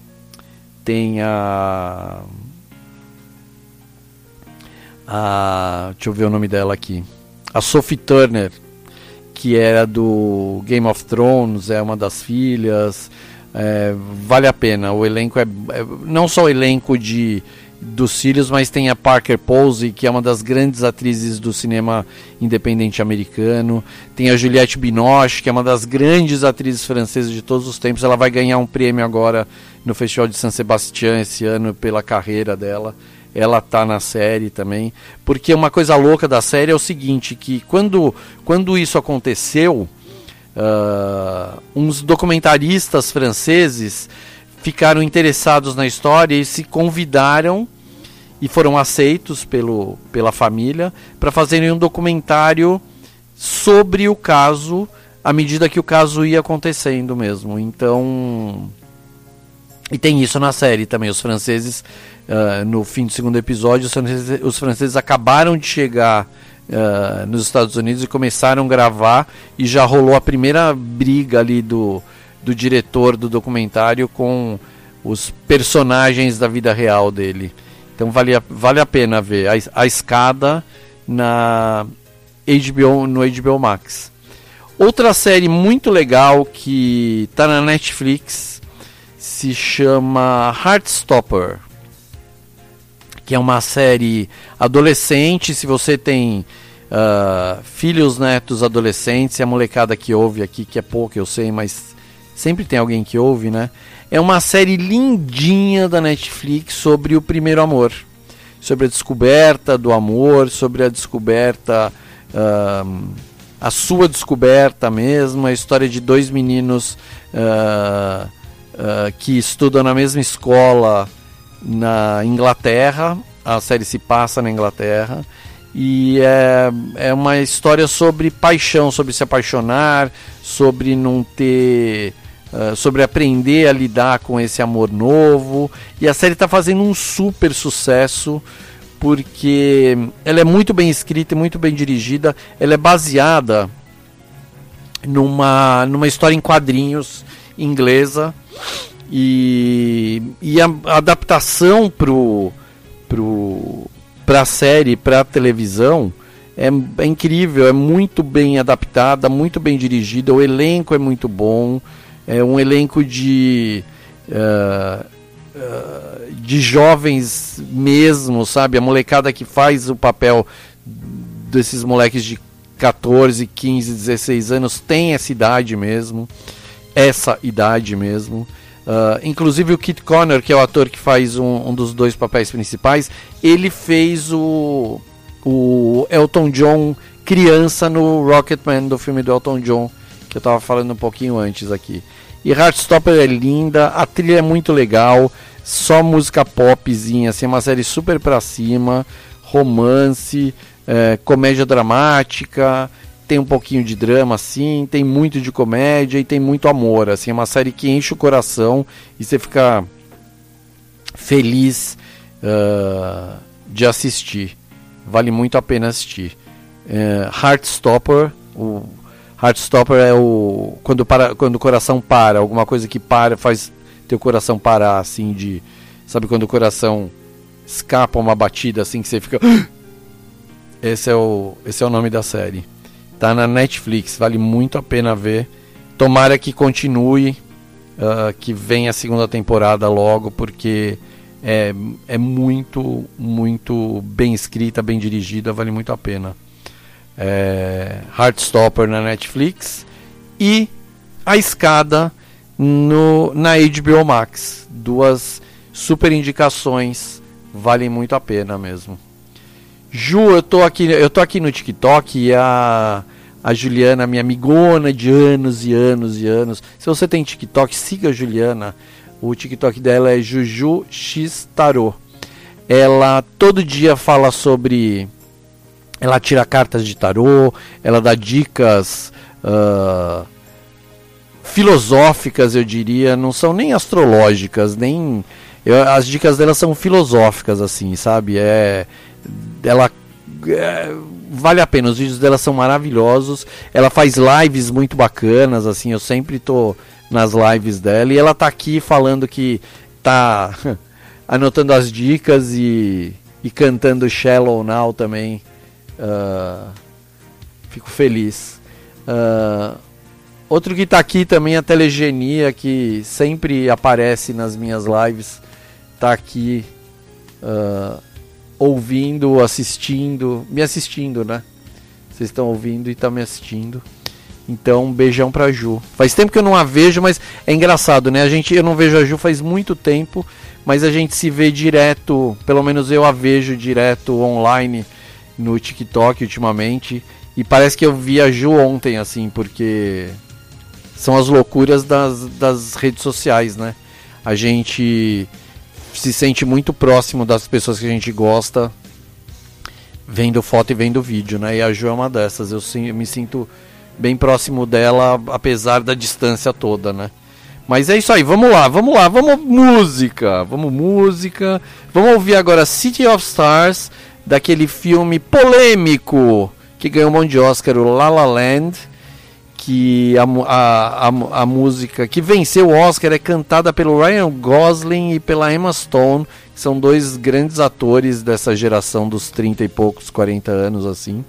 deixa eu ver o nome dela aqui. A Sophie Turner, que era do Game of Thrones, é uma das filhas. Vale a pena. O elenco é não só o elenco dos filhos, mas tem a Parker Posey, que é uma das grandes atrizes do cinema independente americano. Tem a Juliette Binoche, que é uma das grandes atrizes francesas de todos os tempos. Ela vai ganhar um prêmio agora no Festival de San Sebastián esse ano pela carreira dela. Ela tá na série também. Porque uma coisa louca da série é o seguinte, que quando isso aconteceu, uns documentaristas franceses ficaram interessados na história e se convidaram e foram aceitos pela família para fazerem um documentário sobre o caso à medida que o caso ia acontecendo mesmo. Então, e tem isso na série também. Os franceses, no fim do segundo episódio, os franceses acabaram de chegar nos Estados Unidos e começaram a gravar, e já rolou a primeira briga ali do diretor do documentário com os personagens da vida real dele. Então vale a pena ver A Escada no HBO Max. Outra série muito legal que está na Netflix se chama Heartstopper, que é uma série adolescente. Se você tem filhos, netos, adolescentes, e a molecada que ouve aqui, que é pouco, eu sei, mas sempre tem alguém que ouve, né? É uma série lindinha da Netflix sobre o primeiro amor, sobre a descoberta do amor, sobre a descoberta, a sua descoberta mesmo, a história de 2 meninos que estudam na mesma escola na Inglaterra. A série se passa na Inglaterra e é uma história sobre paixão, sobre se apaixonar, sobre não ter... sobre aprender a lidar com esse amor novo. E a série está fazendo um super sucesso porque ela é muito bem escrita e muito bem dirigida. Ela é baseada numa história em quadrinhos inglesa, e a adaptação pra série, pra televisão, é incrível, é muito bem adaptada, muito bem dirigida, o elenco é muito bom, é um elenco de jovens mesmo, sabe? A molecada que faz o papel desses moleques de 14, 15, 16 anos tem essa idade mesmo. Inclusive o Kit Connor, que é o ator que faz um dos dois papéis principais, ele fez o Elton John criança no Rocketman, do filme do Elton John, que eu tava falando um pouquinho antes aqui. E Heartstopper é linda, a trilha é muito legal, só música popzinha, assim, uma série super pra cima, romance, comédia dramática, tem um pouquinho de drama, assim, tem muito de comédia e tem muito amor, assim, é uma série que enche o coração e você fica feliz de assistir, vale muito a pena assistir. Heartstopper, Heartstopper é quando o coração para, alguma coisa que para, faz teu coração parar, assim, sabe quando o coração escapa uma batida, assim, que você fica... Esse é o nome da série. Tá na Netflix, vale muito a pena ver. Tomara que continue, que venha a segunda temporada logo, porque é muito, muito bem escrita, bem dirigida, vale muito a pena. Heartstopper na Netflix e A Escada na HBO Max. Duas super indicações, valem muito a pena mesmo. Ju, eu tô aqui no TikTok e a Juliana, minha amigona de anos e anos e anos. Se você tem TikTok, siga a Juliana. O TikTok dela é Juju X Tarô. Ela todo dia fala sobre... Ela tira cartas de tarô, ela dá dicas filosóficas, eu diria. Não são nem astrológicas, nem... as dicas dela são filosóficas, assim, sabe? Vale a pena, os vídeos dela são maravilhosos. Ela faz lives muito bacanas, assim, eu sempre tô nas lives dela. E ela tá aqui falando que tá anotando as dicas e cantando Shallow Now também. Fico feliz. Outro que tá aqui também, a Telegenia, que sempre aparece nas minhas lives, tá aqui ouvindo, me assistindo, né? Vocês estão ouvindo e estão me assistindo. Então, um beijão pra Ju. Faz tempo que eu não a vejo, mas é engraçado, né? Eu não vejo a Ju faz muito tempo, mas a gente se vê direto, pelo menos eu a vejo direto online no TikTok ultimamente. E parece que eu vi a Ju ontem, assim, porque são as loucuras das redes sociais, né? A gente se sente muito próximo das pessoas que a gente gosta, vendo foto e vendo vídeo, né? E a Ju é uma dessas. Eu me sinto bem próximo dela, apesar da distância toda, né? Mas é isso aí, vamos música. Vamos ouvir agora City of Stars, daquele filme polêmico que ganhou um monte de Oscar, o La La Land, que a música que venceu o Oscar é cantada pelo Ryan Gosling e pela Emma Stone, que são dois grandes atores dessa geração dos 30 e poucos, 40 anos, assim.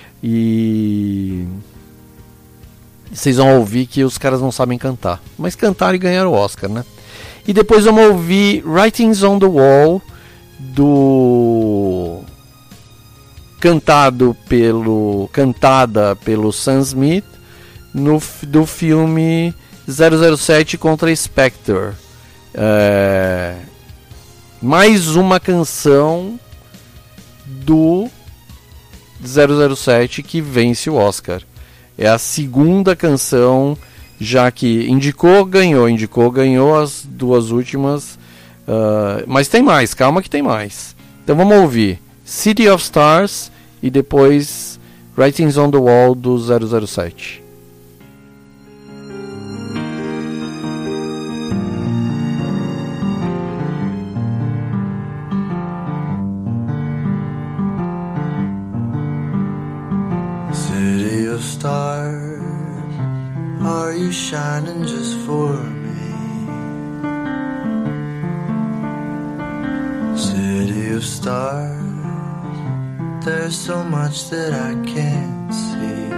E vocês vão ouvir que os caras não sabem cantar, mas cantaram e ganharam o Oscar, né? E depois vamos ouvir Writings on the Wall, cantada pelo Sam Smith, do filme 007 contra Spectre. Mais uma canção do 007 que vence o Oscar. É a segunda canção, já que ganhou as duas últimas, mas tem mais, calma que tem mais. Então vamos ouvir City of Stars e depois Writings on the Wall do 007. City of stars, are you shining just for me? of stars, there's so much that I can't see.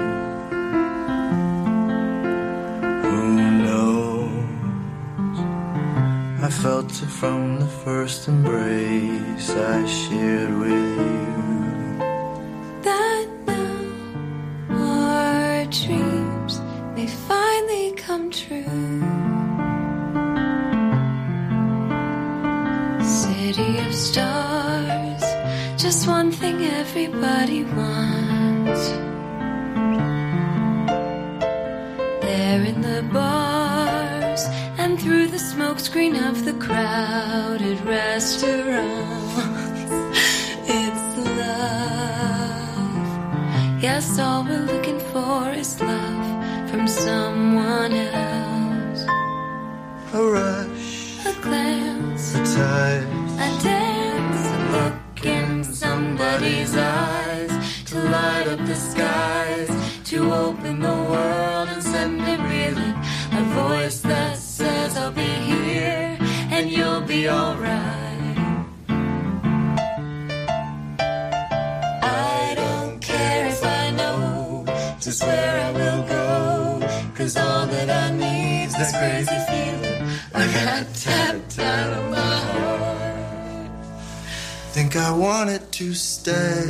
Who knows? I felt it from the first embrace I shared with you. That now our dreams may finally come true. City of stars, just one thing everybody wants. There in the bars and through the smokescreen of the crowded restaurants, it's love. Yes, all we're looking for is love from someone else. A rush, a glance, a touch, a dance, a look in somebody's eyes, to light up the skies, to open the world and send it reeling. A voice that says I'll be here and you'll be alright. I don't care if I know just where I will go, 'cause all that I need's this crazy feeling I got tapped out of my heart. think I wanted to stay.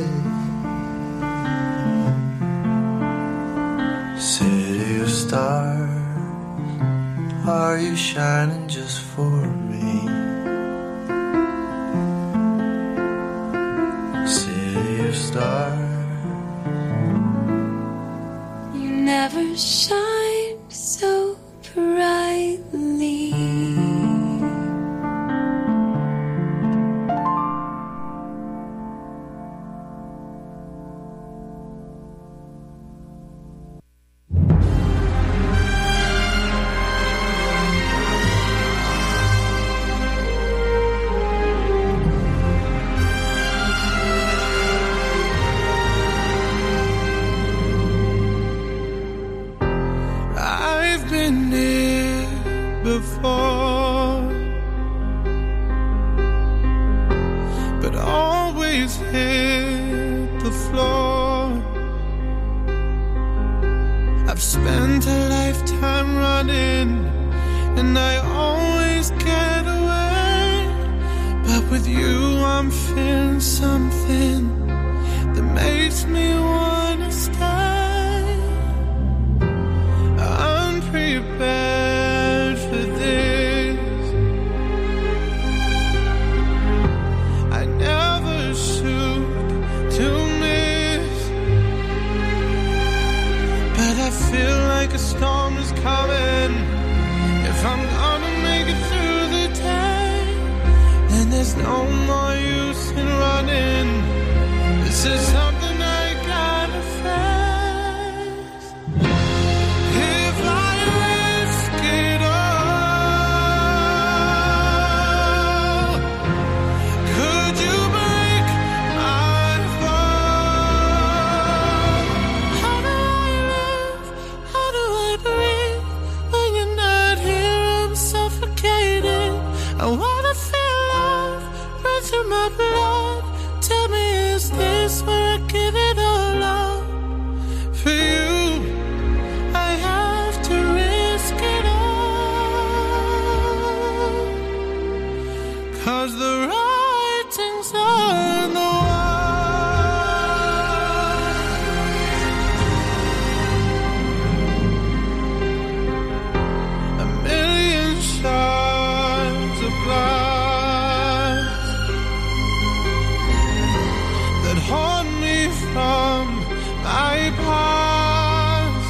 City of stars, are you shining just for me? City of stars, you never shine so brightly. Before, but always hit the floor. I've spent a lifetime running, and I always get away. But with you, I'm feeling something that makes me wanna stay. Unprepared for this, I never shoot to miss, but I feel like a storm is coming. If I'm gonna make it through the day, then there's no more use in running. This is something I gotta face. If I risk it all, could you break my fall? How do I live? How do I breathe? When you're not here, I'm suffocating. I wanna feel love run through my blood. Tell me, is this where I give it all up? For you, I have to risk it all, 'cause the writing's on the wall. A million shards of glass that haunt me from my past.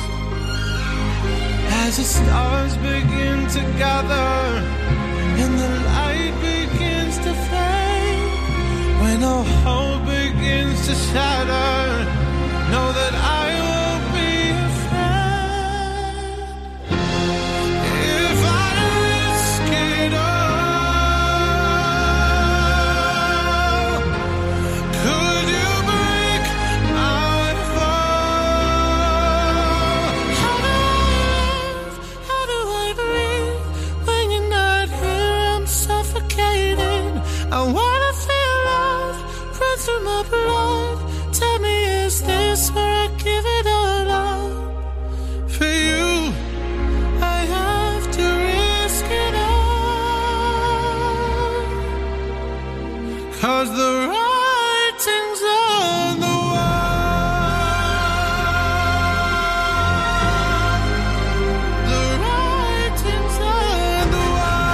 As the stars begin to gather and the light begins to fade, when all hope begins to shatter, know that I won't be afraid. If I risk it all, could you break my fall? How do I live? How do I breathe? When you're not here, I'm suffocating. I wanna feel love 'cause the writing's on the wall. The writing's on the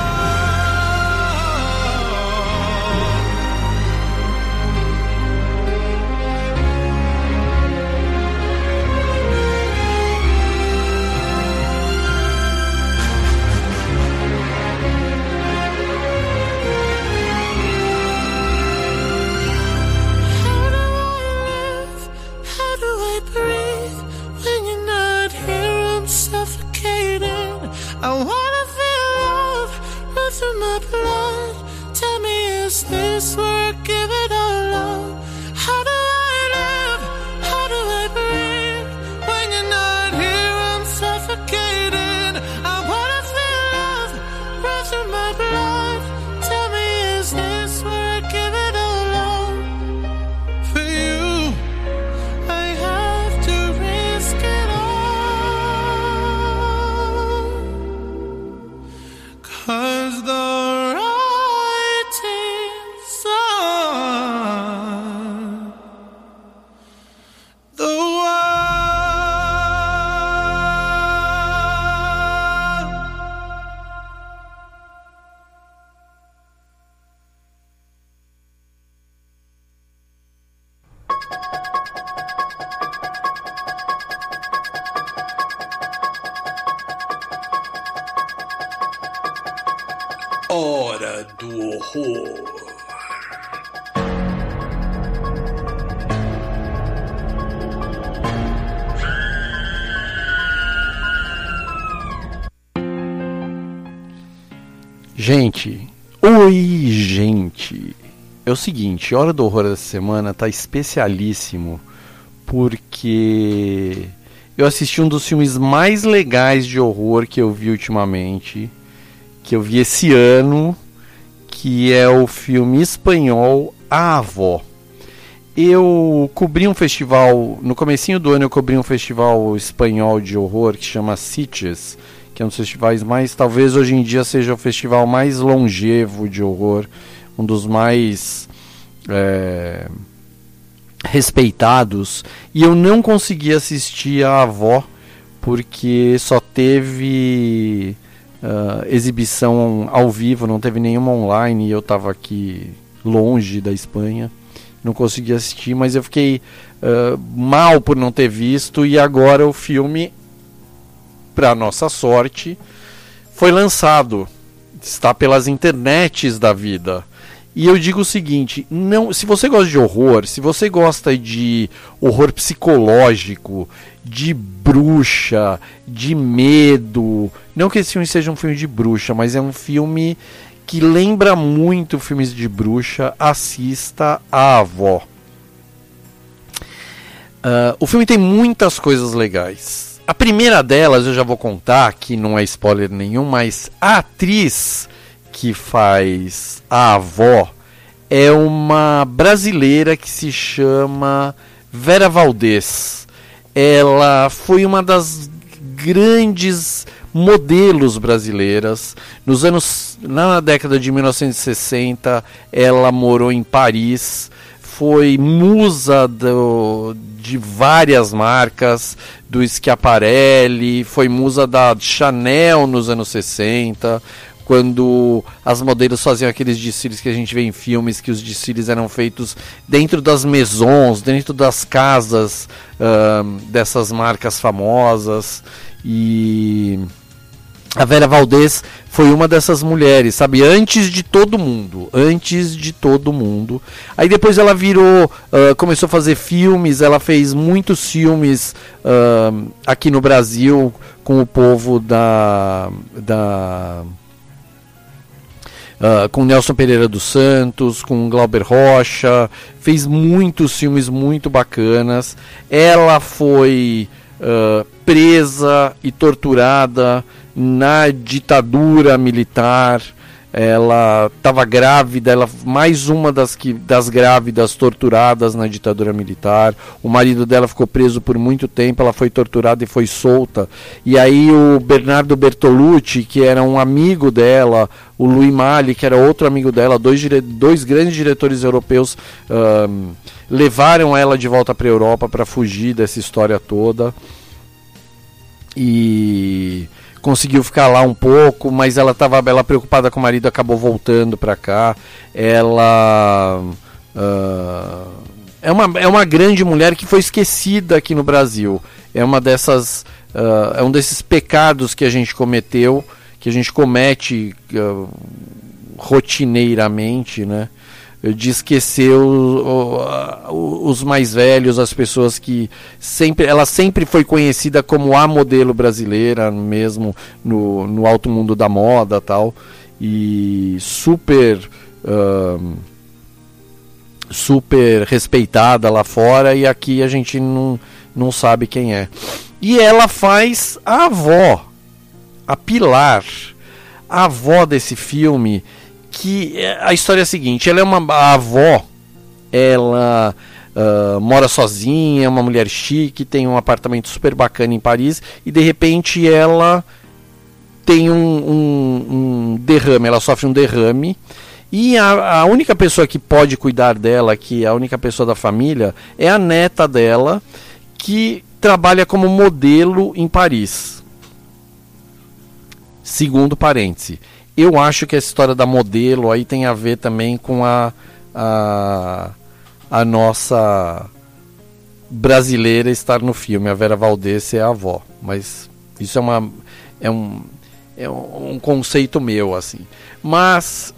I wanna feel love run through my blood. Tell me, is this where I give it all up? How do I live? How do I breathe? When you're not here, I'm suffocating. I wanna feel love run through my blood. Tell me, is this where I give it all up? For you, I have to risk it all. 'Cause the writing's on the Hora do Horror. Gente, oi gente. É o seguinte, Hora do Horror dessa semana tá especialíssimo porque eu assisti um dos filmes mais legais de horror que eu vi ultimamente, que eu vi esse ano, que é o filme espanhol A Avó. Eu cobri um festival, no comecinho do ano eu cobri um festival espanhol de horror que chama Sitges, que é um dos festivais mais, talvez hoje em dia seja o festival mais longevo de horror, um dos mais respeitados, e eu não consegui assistir A Avó porque só teve exibição ao vivo, não teve nenhuma online, e eu estava aqui longe da Espanha, não consegui assistir, mas eu fiquei mal por não ter visto, e agora o filme, para nossa sorte, foi lançado, está pelas internets da vida. E eu digo o seguinte, não, se você gosta de horror, se você gosta de horror psicológico, de bruxa, de medo, não que esse filme seja um filme de bruxa, mas é um filme que lembra muito filmes de bruxa, assista A Avó. O filme tem muitas coisas legais. A primeira delas eu já vou contar, que não é spoiler nenhum, mas a atriz que faz a avó é uma brasileira que se chama Vera Valdez. Ela foi uma das grandes modelos brasileiras. Na década de 1960, ela morou em Paris, foi musa de várias marcas, do Schiaparelli, foi musa da Chanel nos anos 60, quando as modelos faziam aqueles desfiles que a gente vê em filmes, que os desfiles eram feitos dentro das maisons, dentro das casas dessas marcas famosas. E a Vera Valdez foi uma dessas mulheres, sabe? Antes de todo mundo. Aí depois ela virou, começou a fazer filmes, ela fez muitos filmes aqui no Brasil com o povo com Nelson Pereira dos Santos, com Glauber Rocha, fez muitos filmes muito bacanas. Ela foi presa e torturada na ditadura militar. ela estava grávida, ela mais uma das grávidas torturadas na ditadura militar. O marido dela ficou preso por muito tempo, ela foi torturada e foi solta. E aí o Bernardo Bertolucci, que era um amigo dela, o Louis Malle, que era outro amigo dela, dois grandes diretores europeus, levaram ela de volta para a Europa para fugir dessa história toda. E conseguiu ficar lá um pouco, mas ela estava preocupada com o marido, acabou voltando para cá. Ela é uma grande mulher que foi esquecida aqui no Brasil. É uma dessas, é um desses pecados que a gente cometeu, que a gente comete rotineiramente, né? De esquecer os mais velhos, as pessoas que ela sempre foi conhecida como a modelo brasileira, mesmo no alto mundo da moda, tal, e super respeitada lá fora, e aqui a gente não sabe quem é. E ela faz a avó, a Pilar, a avó desse filme. Que a história é a seguinte: ela é a avó, ela mora sozinha, é uma mulher chique, tem um apartamento super bacana em Paris, e de repente ela tem um derrame, ela sofre um derrame, e a única pessoa que pode cuidar dela, que é a única pessoa da família, é a neta dela, que trabalha como modelo em Paris. Segundo parêntese. Eu acho que a história da modelo aí tem a ver também com a nossa brasileira estar no filme. A Vera Valdez é a avó. Mas isso é um conceito meu, assim. Mas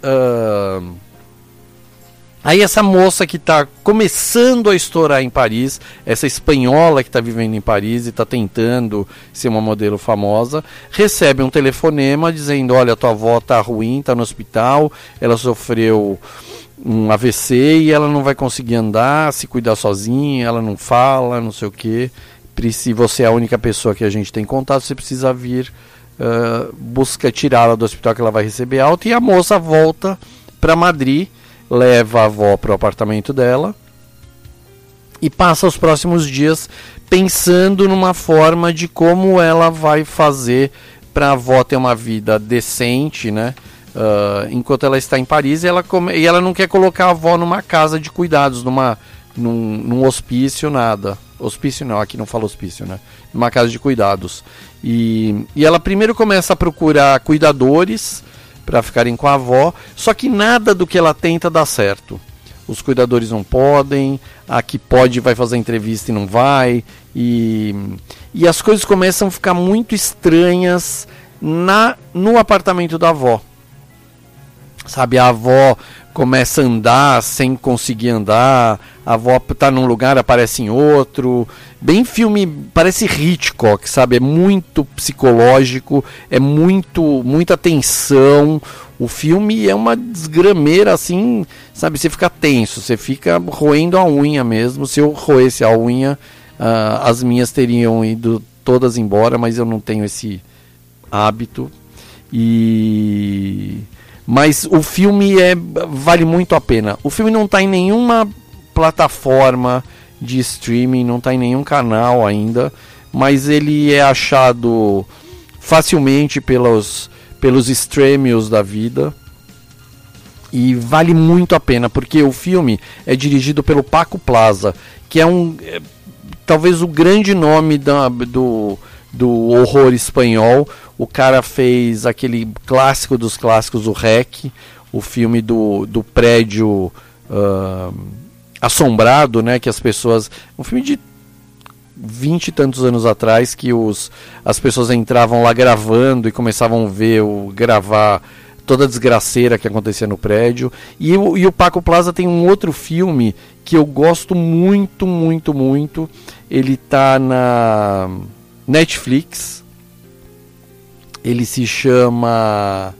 aí essa moça que está começando a estourar em Paris, essa espanhola que está vivendo em Paris e está tentando ser uma modelo famosa, recebe um telefonema dizendo: olha, tua avó está ruim, está no hospital, ela sofreu um AVC e ela não vai conseguir andar, se cuidar sozinha, ela não fala, não sei o que. Se você é a única pessoa que a gente tem contato, você precisa vir tirá-la do hospital, que ela vai receber alta. E a moça volta para Madrid, leva a avó para o apartamento dela e passa os próximos dias pensando numa forma de como ela vai fazer para a avó ter uma vida decente, né? Enquanto ela está em Paris, e ela não quer colocar a avó numa casa de cuidados, num hospício, nada. Hospício não, aqui não fala hospício, né? Numa casa de cuidados. E ela primeiro começa a procurar cuidadores para ficarem com a avó, só que nada do que ela tenta dá certo. Os cuidadores não podem, a que pode vai fazer entrevista e não vai, e as coisas começam a ficar muito estranhas no apartamento da avó. Sabe, a avó começa a andar sem conseguir andar, a avó está num lugar, aparece em outro. Bem filme, parece Hitchcock, sabe? É muito psicológico, é muita tensão. O filme é uma desgrameira, assim, sabe? Você fica tenso, você fica roendo a unha mesmo. Se eu roesse a unha, as minhas teriam ido todas embora, mas eu não tenho esse hábito. Mas o filme vale muito a pena. O filme não está em nenhuma plataforma de streaming, não está em nenhum canal ainda, mas ele é achado facilmente pelos streamios da vida, e vale muito a pena, porque o filme é dirigido pelo Paco Plaza, que é talvez o grande nome do horror espanhol. O cara fez aquele clássico dos clássicos, o REC, o filme do prédio assombrado, né, que as pessoas... Um filme de 20 e tantos anos atrás, que as pessoas entravam lá gravando e começavam a gravar toda a desgraceira que acontecia no prédio. E o Paco Plaza tem um outro filme que eu gosto muito, muito, muito. Ele tá na Netflix. Ele se chama...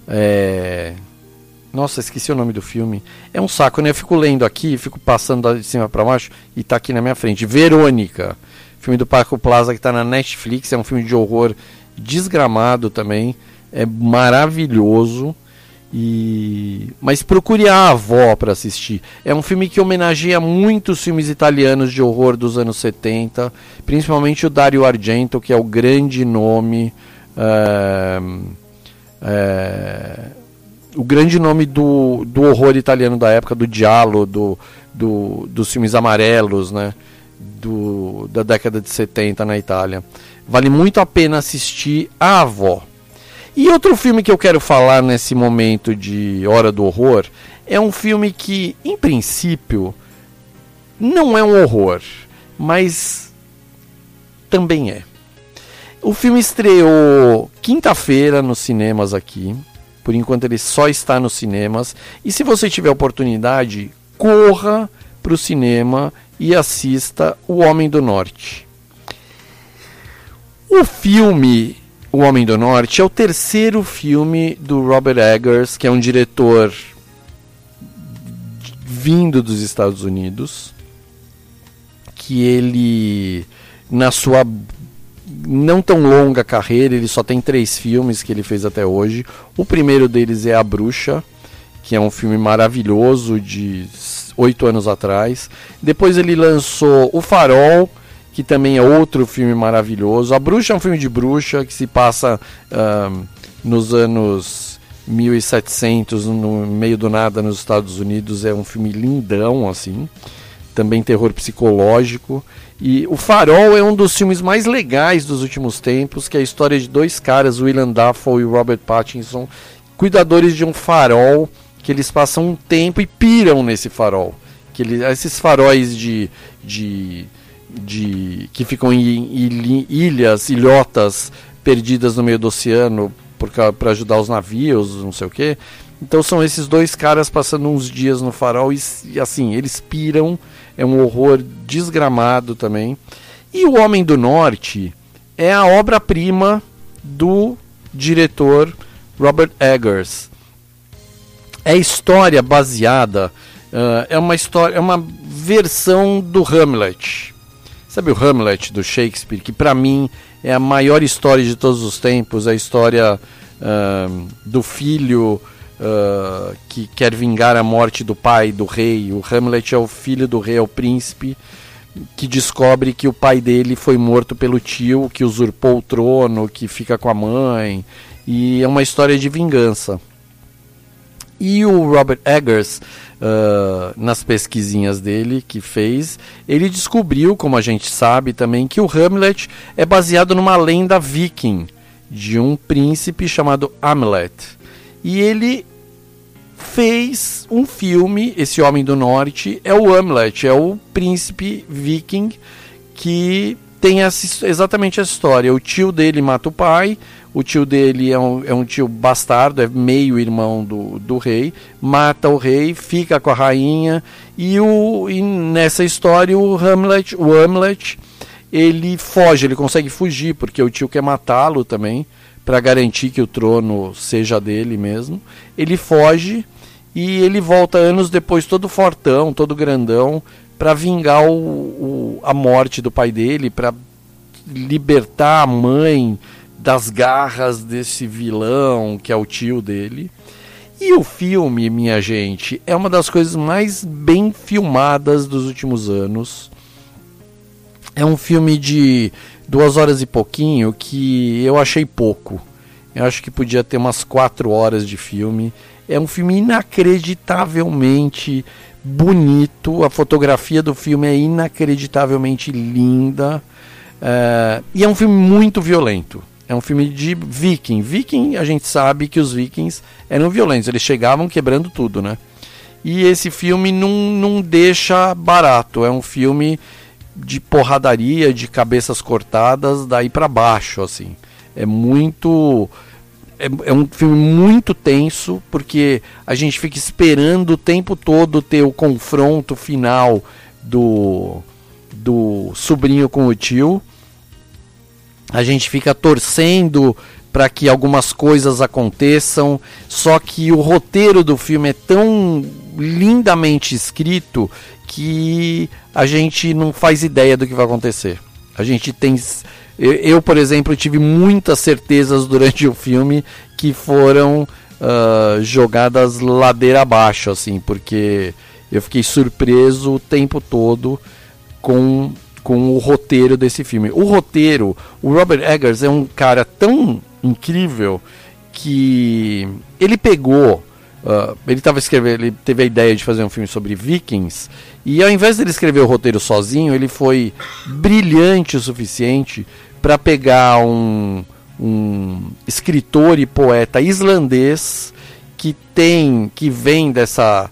Nossa, esqueci o nome do filme. É um saco, né? Eu fico lendo aqui, fico passando de cima para baixo e tá aqui na minha frente. Verônica. Filme do Paco Plaza que tá na Netflix. É um filme de horror desgramado também. É maravilhoso. Mas procure A Avó para assistir. É um filme que homenageia muitos filmes italianos de horror dos anos 70, principalmente o Dario Argento, que é o grande nome, o grande nome do horror italiano da época, do giallo, dos filmes amarelos, né? Da década de 70 na Itália. Vale muito a pena assistir A Avó. E outro filme que eu quero falar nesse momento de Hora do Horror é um filme que, em princípio, não é um horror, mas também é. O filme estreou quinta-feira nos cinemas aqui. Por enquanto ele só está nos cinemas. E se você tiver oportunidade, corra para o cinema e assista O Homem do Norte. O filme O Homem do Norte é o terceiro filme do Robert Eggers, que é um diretor vindo dos Estados Unidos, que ele, na sua não tão longa carreira, ele só tem 3 filmes que ele fez até hoje. O primeiro deles é A Bruxa, que é um filme maravilhoso de 8 anos atrás. Depois ele lançou O Farol, que também é outro filme maravilhoso. A Bruxa é um filme de bruxa que se passa nos anos 1700, no meio do nada, nos Estados Unidos. É um filme lindão, assim. Também terror psicológico. E O Farol é um dos filmes mais legais dos últimos tempos, que é a história de 2 caras, Willem Dafoe e Robert Pattinson, cuidadores de um farol, que eles passam um tempo e piram nesse farol. Esses faróis que ficam em ilhotas perdidas no meio do oceano para ajudar os navios, não sei o que. Então são esses 2 caras passando uns dias no farol e assim, eles piram. É um horror desgramado também. E O Homem do Norte é a obra-prima do diretor Robert Eggers. É história baseada, é uma versão do Hamlet. Sabe o Hamlet do Shakespeare, que para mim é a maior história de todos os tempos, a história do filho que quer vingar a morte do pai, do rei. O Hamlet é o filho do rei, é o príncipe, que descobre que o pai dele foi morto pelo tio, que usurpou o trono, que fica com a mãe, e é uma história de vingança. E o Robert Eggers, nas pesquisinhas dele que fez, ele descobriu, como a gente sabe também, que o Hamlet é baseado numa lenda viking de um príncipe chamado Hamlet. E ele fez um filme, esse Homem do Norte, é o Hamlet, é o príncipe viking que tem exatamente essa história. O tio dele mata o pai, o tio dele é um tio bastardo, é meio irmão do rei, mata o rei, fica com a rainha, e nessa história o Hamlet, ele foge, ele consegue fugir, porque o tio quer matá-lo também, para garantir que o trono seja dele mesmo. Ele foge e ele volta anos depois todo fortão, todo grandão, para vingar a morte do pai dele, para libertar a mãe das garras desse vilão que é o tio dele. E o filme, minha gente, é uma das coisas mais bem filmadas dos últimos anos. É um filme de 2 horas e pouquinho que eu achei pouco. Eu acho que podia ter umas 4 horas de filme. É um filme inacreditavelmente bonito. A fotografia do filme é inacreditavelmente linda. E é um filme muito violento. É um filme de viking. Viking, a gente sabe que os vikings eram violentos. Eles chegavam quebrando tudo, né? E esse filme não deixa barato. É um filme de porradaria, de cabeças cortadas, daí para baixo, assim. É um filme muito tenso, porque a gente fica esperando o tempo todo ter o confronto final do sobrinho com o tio. A gente fica torcendo para que algumas coisas aconteçam, só que o roteiro do filme é tão lindamente escrito que a gente não faz ideia do que vai acontecer. A gente tem... Eu, por exemplo, tive muitas certezas durante o filme que foram jogadas ladeira abaixo, assim, porque eu fiquei surpreso o tempo todo com o roteiro desse filme. O roteiro, o Robert Eggers é um cara tão incrível que ele pegou, ele teve a ideia de fazer um filme sobre vikings, e ao invés de ele escrever o roteiro sozinho, ele foi brilhante o suficiente para pegar um escritor e poeta islandês que vem dessa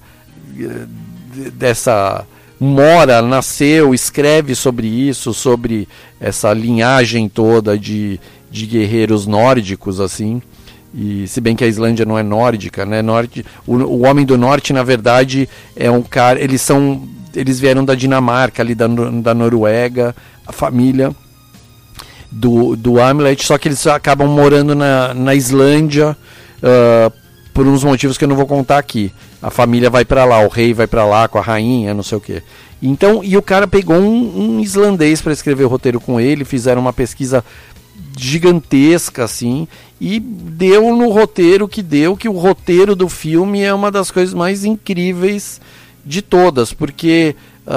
nasceu, escreve sobre isso, sobre essa linhagem toda de guerreiros nórdicos, assim. E se bem que a Islândia não é nórdica, né? O Homem do Norte, na verdade, é um cara. Eles vieram da Dinamarca, ali da Noruega, a família do Hamlet, só que eles acabam morando na Islândia por uns motivos que eu não vou contar aqui. A família vai para lá, o rei vai para lá com a rainha, não sei o quê. Então, e o cara pegou um islandês para escrever o roteiro com ele, fizeram uma pesquisa gigantesca, assim, e deu no roteiro que o roteiro do filme é uma das coisas mais incríveis de todas, porque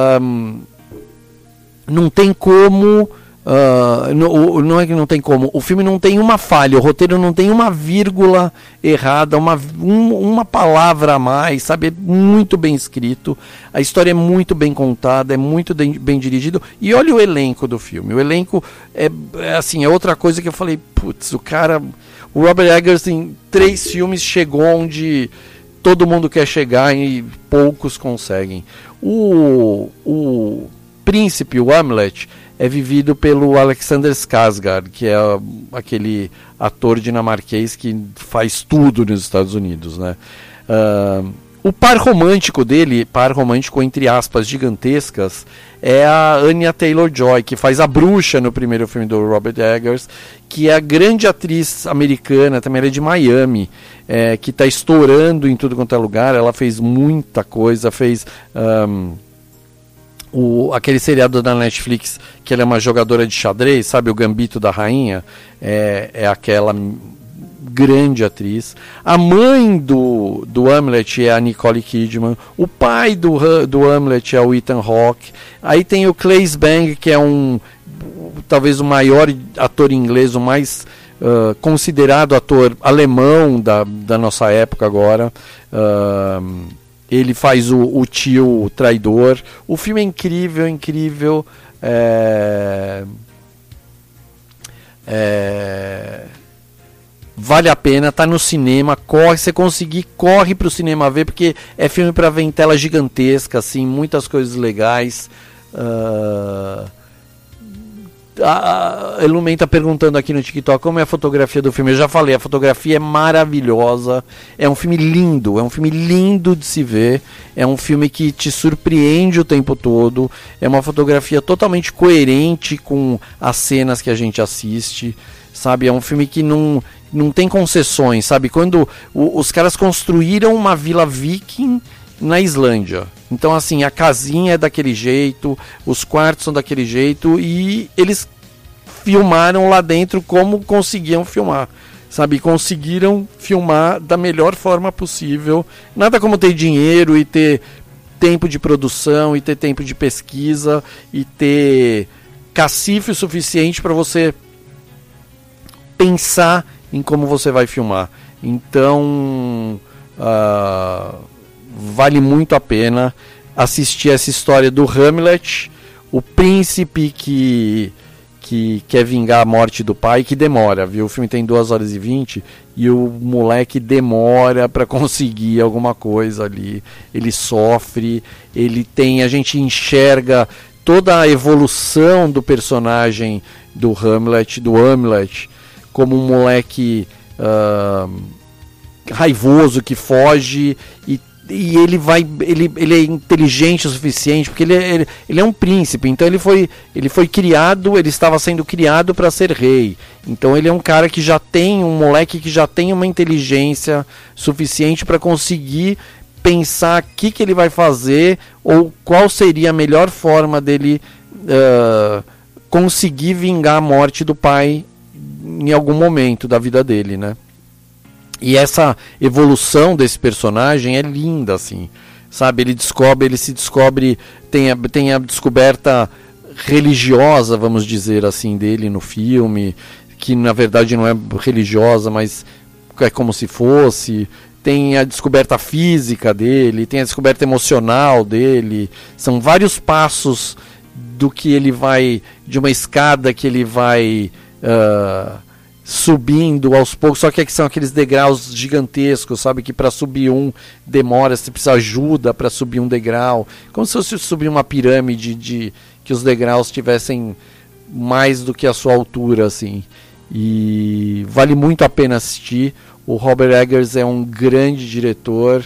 não tem como... não é que não tem como, o filme não tem uma falha, o roteiro não tem uma vírgula errada, uma palavra a mais, sabe? É muito bem escrito, a história é muito bem contada, é muito bem dirigido, e olha o elenco do filme. O elenco é assim, é outra coisa que eu falei, putz, o Robert Eggers em 3 filmes chegou onde todo mundo quer chegar e poucos conseguem. O príncipe, o Hamlet, é vivido pelo Alexander Skarsgård, que é aquele ator dinamarquês que faz tudo nos Estados Unidos, né? O par romântico dele, par romântico entre aspas gigantescas, é a Anya Taylor-Joy, que faz a bruxa no primeiro filme do Robert Eggers, que é a grande atriz americana, também ela é de Miami, que está estourando em tudo quanto é lugar. Ela fez muita coisa, fez... aquele seriado da Netflix que ela é uma jogadora de xadrez, sabe, o Gambito da Rainha, é aquela grande atriz. A mãe do Hamlet é a Nicole Kidman, o pai do Hamlet é o Ethan Hawke. Aí tem o Claes Bang, que é talvez o maior ator inglês, o mais considerado ator alemão da nossa época agora. Ele faz o tio traidor. O filme é incrível. Vale a pena, tá no cinema, se conseguir, corre pro cinema ver, porque é filme para ver em tela gigantesca, assim, muitas coisas legais. A Elumen tá perguntando aqui no TikTok como é a fotografia do filme. Eu já falei, a fotografia é maravilhosa, é um filme lindo de se ver, é um filme que te surpreende o tempo todo, é uma fotografia totalmente coerente com as cenas que a gente assiste, sabe? É um filme que não tem concessões, sabe? Quando os caras construíram uma vila viking na Islândia, então assim, a casinha é daquele jeito, os quartos são daquele jeito, e eles filmaram lá dentro como conseguiam filmar, sabe? Conseguiram filmar da melhor forma possível. Nada como ter dinheiro e ter tempo de produção e ter tempo de pesquisa e ter cacife o suficiente para você pensar em como você vai filmar. Então vale muito a pena assistir essa história do Hamlet, o príncipe que quer vingar a morte do pai, que demora, viu? O filme tem 2h20 e o moleque demora para conseguir alguma coisa ali. Ele sofre, a gente enxerga toda a evolução do personagem do Hamlet, como um moleque raivoso que foge e ele é inteligente o suficiente, porque ele é um príncipe, então ele foi criado, ele estava sendo criado para ser rei. Então ele é um cara que já tem, um moleque que já tem uma inteligência suficiente para conseguir pensar o que ele vai fazer, ou qual seria a melhor forma dele conseguir vingar a morte do pai em algum momento da vida dele, né? E essa evolução desse personagem é linda, assim, sabe? Ele se descobre, tem a descoberta religiosa, vamos dizer assim, dele no filme, que na verdade não é religiosa, mas é como se fosse. Tem a descoberta física dele, tem a descoberta emocional dele. São vários passos do que ele vai, de uma escada que ele vai subindo aos poucos, só que são aqueles degraus gigantescos, sabe, que para subir demora, você precisa ajuda para subir um degrau, como se fosse subir uma pirâmide que os degraus tivessem mais do que a sua altura, assim. E vale muito a pena assistir. O Robert Eggers é um grande diretor.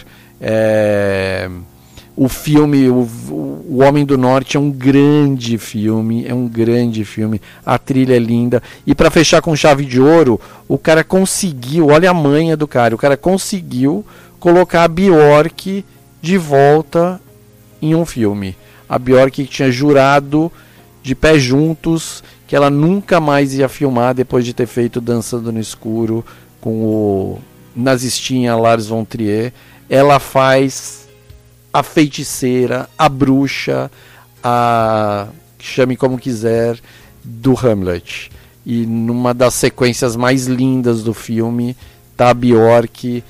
O filme o Homem do Norte é um grande filme, a trilha é linda, e para fechar com chave de ouro, o cara conseguiu, olha a manha do cara, o cara conseguiu colocar a Bjork de volta em um filme. A Bjork que tinha jurado de pé juntos que ela nunca mais ia filmar depois de ter feito Dançando no Escuro com o nazistinha Lars von Trier. Ela faz a feiticeira, a bruxa, chame como quiser, do Hamlet. E numa das sequências mais lindas do filme tá a Bjork,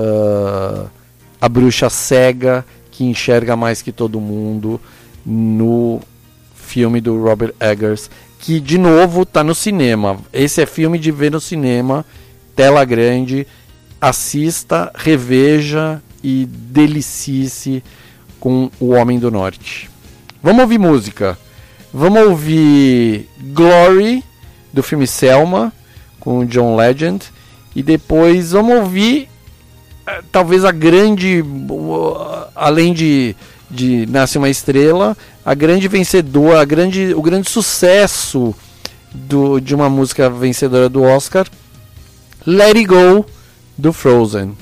a bruxa cega que enxerga mais que todo mundo, no filme do Robert Eggers, que de novo tá no cinema. Esse é filme de ver no cinema, tela grande. Assista, reveja e delicie-se com O Homem do Norte. Vamos ouvir música. Vamos ouvir Glory, do filme Selma, com o John Legend. E depois vamos ouvir talvez a grande, além de Nasce uma Estrela, a grande vencedora, o grande sucesso de uma música vencedora do Oscar, Let It Go, do Frozen.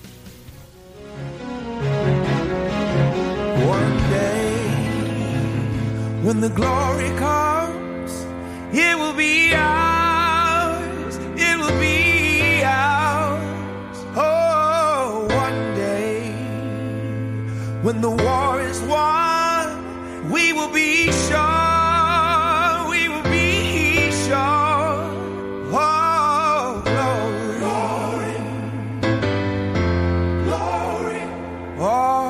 When the glory comes, it will be ours, it will be ours. Oh, one day, when the war is won, we will be sure, we will be sure. Oh, glory, glory, glory. Oh.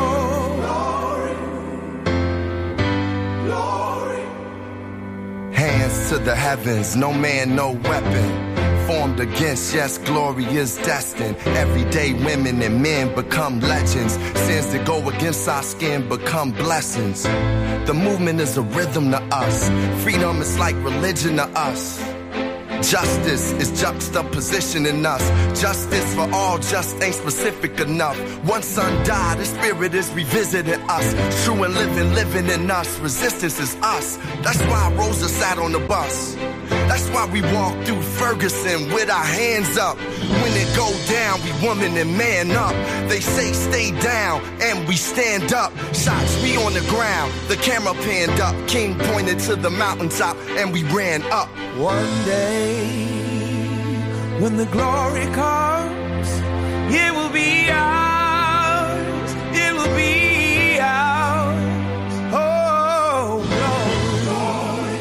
Hands to the heavens, no man, no weapon formed against, yes, glory is destined. Everyday women and men become legends. Sins that go against our skin become blessings. The movement is a rhythm to us. Freedom is like religion to us. Justice is juxtaposition in us. Justice for all just ain't specific enough. One son died, the spirit is revisiting us. True and living in us. Resistance is us. That's why Rosa sat on the bus. That's why we walk through Ferguson with our hands up. When it go down, we woman and man up. They say stay down, and we stand up. Shots, we on the ground, the camera panned up. King pointed to the mountaintop, and we ran up. One day, when the glory comes, it will be ours, it will be ours. Oh, glory,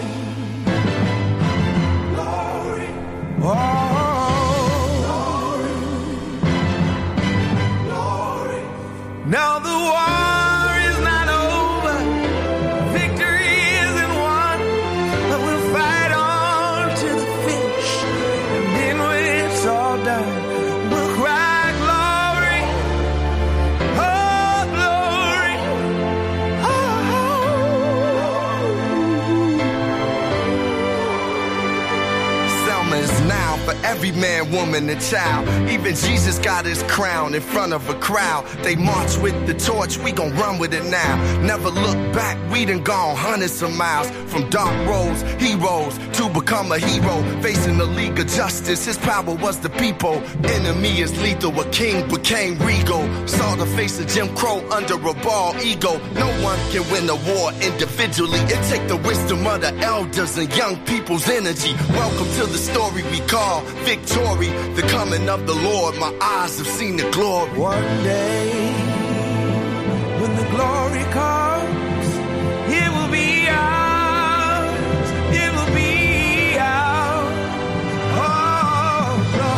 glory, glory. Oh, glory, glory. Now the war is not over, victory isn't won, but we'll fight on to the finish, and then when it's all done, we'll cry glory, oh glory, oh. Selma is now for every man, woman, and child. Even Jesus got his crown in front of a crowd. They march with the torch, we gon' run with it now. Never look back, we done gone hundreds of miles. From dark roads, heroes, to become a hero. Facing the League of Justice, his power was the people. Enemy is lethal, a king became regal. Saw the face of Jim Crow under a bald ego. No one can win a war individually. It take the wisdom of the elders and young people's energy. Welcome to the story we call victory, the coming of the Lord. My eyes have seen the glory. One day, when the glory comes, it will be ours. It will be ours. Oh,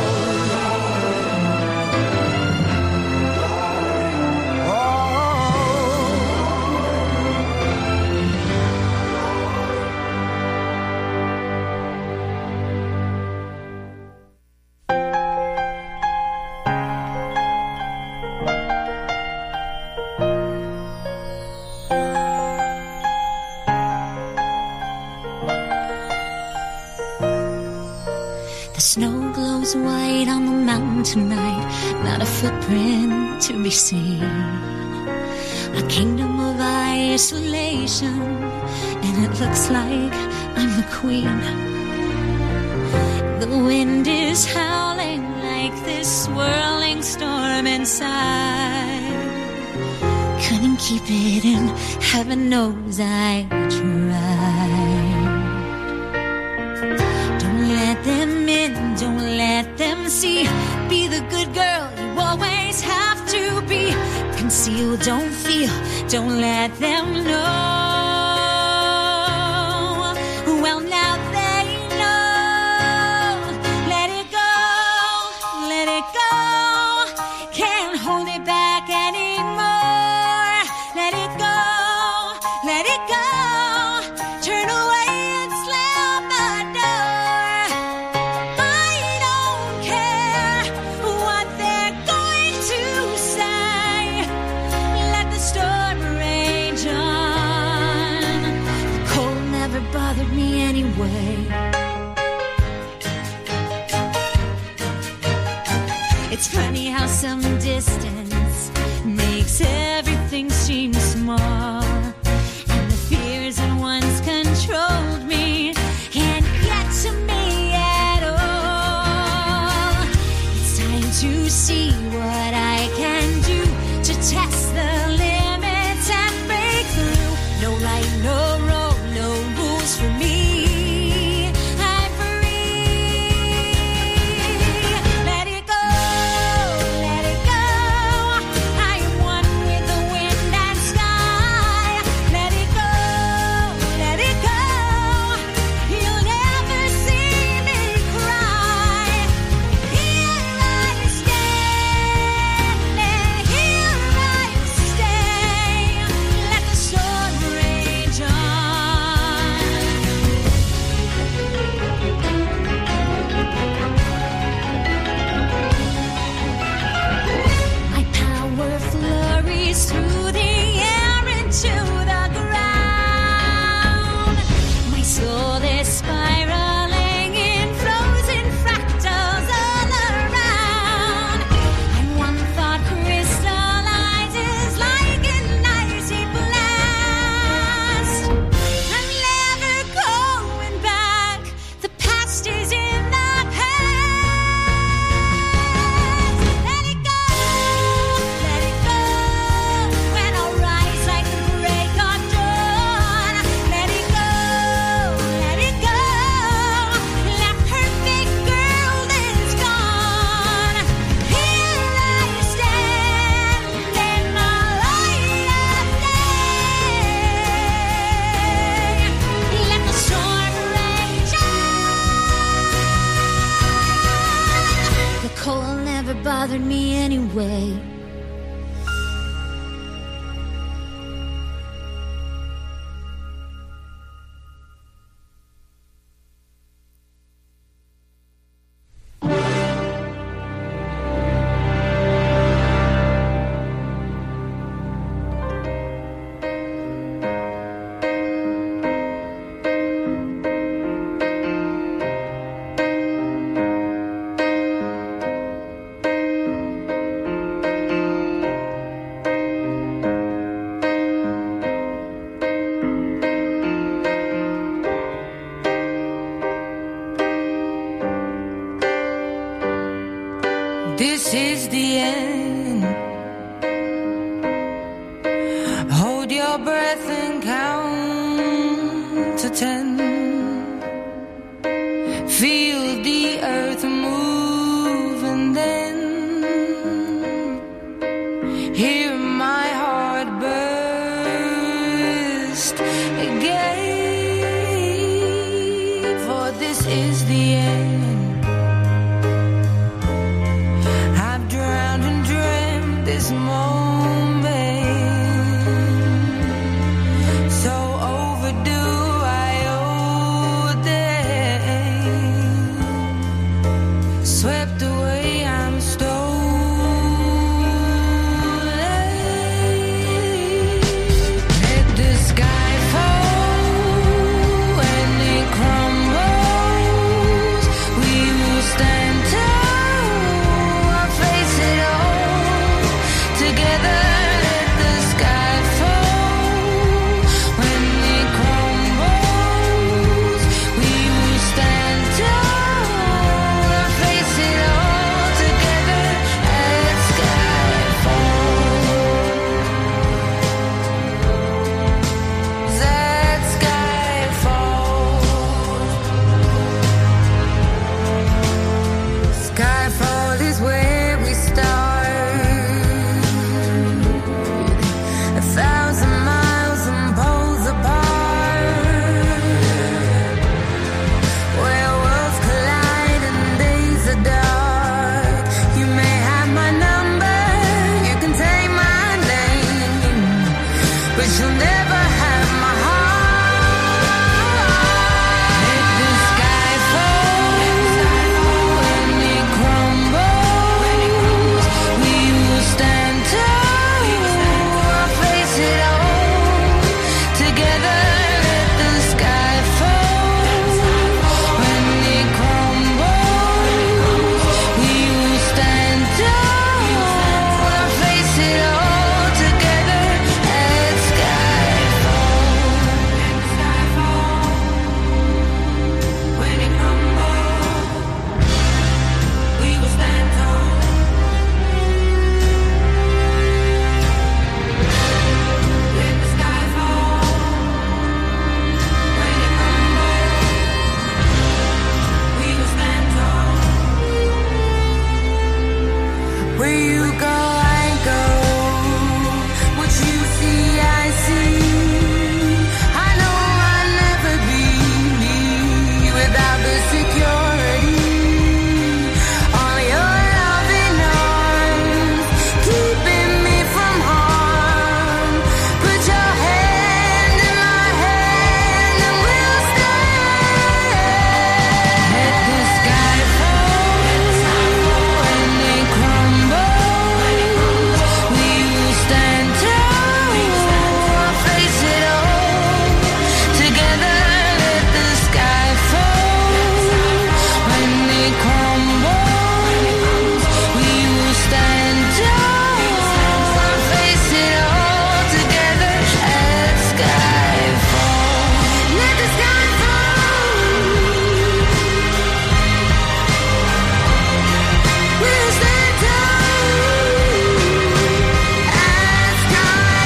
Snow glows white on the mountain tonight, not a footprint to be seen. A kingdom of isolation, and it looks like I'm the queen. The wind is howling like this swirling storm inside. Couldn't keep it in, heaven knows I tried. Don't let them in, don't let them see. Be the good girl you always have to be. Conceal, don't feel, don't let them know. Well, now they know. Let it go, let it go. Can't hold it back anymore. Let it go, let it go. Turn away and slam the door. I don't care what they're going to say. Let the storm rage on. The cold never bothered me anyway. It's funny how some distance makes everything seem small. And the fears that once controlled me can't get to me at all. It's time to see what I can do to test the limits and break through. No right, no wrong, no rules for me. I'm free. Let it go, let it go. I am one with the wind and sky. Let it go, let it go. You'll never see me cry. Here I stand, and here I stay. Let the storm rage on. My power flurries through the air into the ground. My soul is spiraling in frozen fractals all around. And one thought crystallizes like an icy blast. I'm never going back. The past is in the past. Let it go, let it go. When I rise like the break of dawn. Let it go, let it go. That perfect girl is gone. Here I stand in my light of day. Let the storm rage on. The cold never bothered me anyway. This is the end. Hold your breath and count to 10. Feel the earth move. last again, for this is the end. I've drowned and dreamt this moment, so overdue I owe them. Swept away, I'm stolen. Let the sky fall when it crumbles. We will stand tall, I'll face it all together. Let the sky fall when it crumbles. We will stand tall, I'll face it all together. Let sky fall. That sky falls. Skyfall is where we start. 1,000 miles and poles apart, where worlds collide and days are dark. You may have my number, you can take my name, but you'll never have my heart. Let the sky fall when it crumbles. We will stand tall, I'll face it all together. Let the sky fall when it crumbles. We will stand tall, I'll face it all together. Let sky fall. When it crumbles, we will stand tall. Let the sky fall. When it crumbles, we will stand tall. Where you go, I go. What you see, I see. I know I'll never be me without the security. All your loving arms keeping me from harm. Put your hand in my hand and we'll stand. Let the sky fall when it crumbles. We will stand tall, I'll face it all together. Let the sky fall when it crumbles. We will stand tall, I'll face it all together. Let sky fall. Let the sky fall. We'll stand tall. Let sky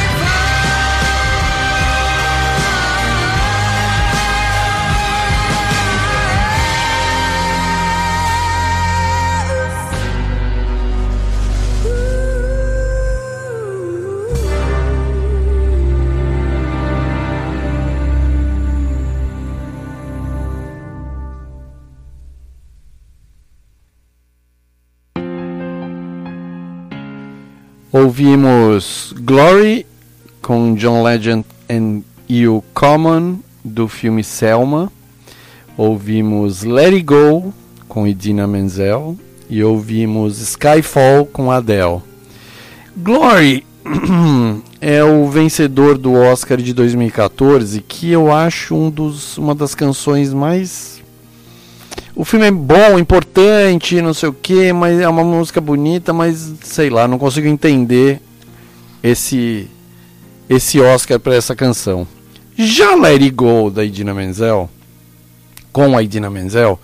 Ouvimos Glory com John Legend and You Common do filme Selma. Ouvimos Let It Go com Idina Menzel e ouvimos Skyfall com Adele. Glory é o vencedor do Oscar de 2014, que eu acho uma das canções mais... O filme é bom, importante, não sei o que, mas é uma música bonita, mas sei lá, não consigo entender esse Oscar para essa canção. Já Let It Go da Idina Menzel, com a Idina Menzel,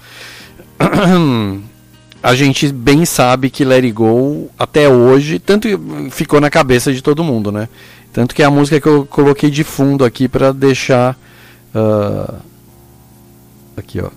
a gente bem sabe que Let It Go até hoje tanto ficou na cabeça de todo mundo, né? Tanto que é a música que eu coloquei de fundo aqui para deixar aqui, ó.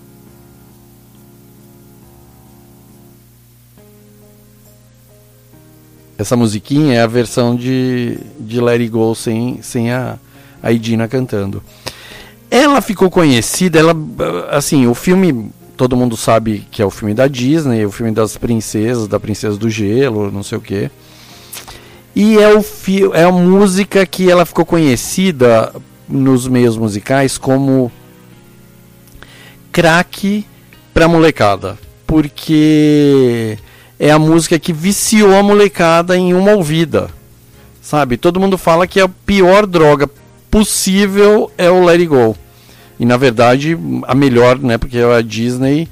Essa musiquinha é a versão de Let It Go sem a Idina cantando. Ela ficou conhecida, assim, o filme, todo mundo sabe que é o filme da Disney, o filme das princesas, da Princesa do Gelo, não sei o quê. E é a música que ela ficou conhecida nos meios musicais como craque pra molecada, porque é a música que viciou a molecada em uma ouvida, sabe? Todo mundo fala que a pior droga possível é o Let It Go, e na verdade a melhor, né? Porque a Disney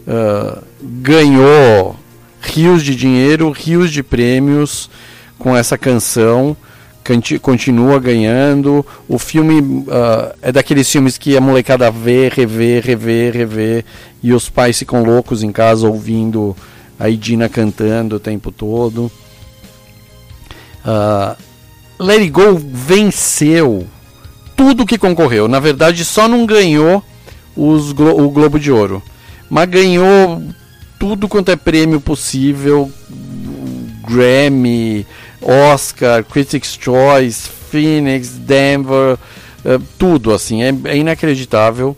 ganhou rios de dinheiro, rios de prêmios com essa canção, continua ganhando. O filme é daqueles filmes que a molecada vê, rever, e os pais ficam loucos em casa ouvindo a Idina cantando o tempo todo. Let It Go venceu tudo que concorreu. Na verdade, só não ganhou o Globo de Ouro, mas ganhou tudo quanto é prêmio possível, Grammy, Oscar, Critics' Choice, Phoenix, Denver, tudo, assim, é inacreditável.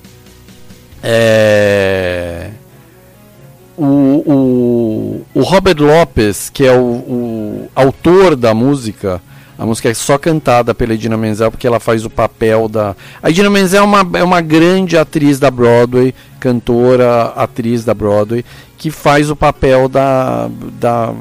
O Robert Lopez, que é o autor da música, a música é só cantada pela Idina Menzel, porque ela faz o papel da... A Idina Menzel é uma grande atriz da Broadway, cantora, atriz da Broadway, que faz o papel da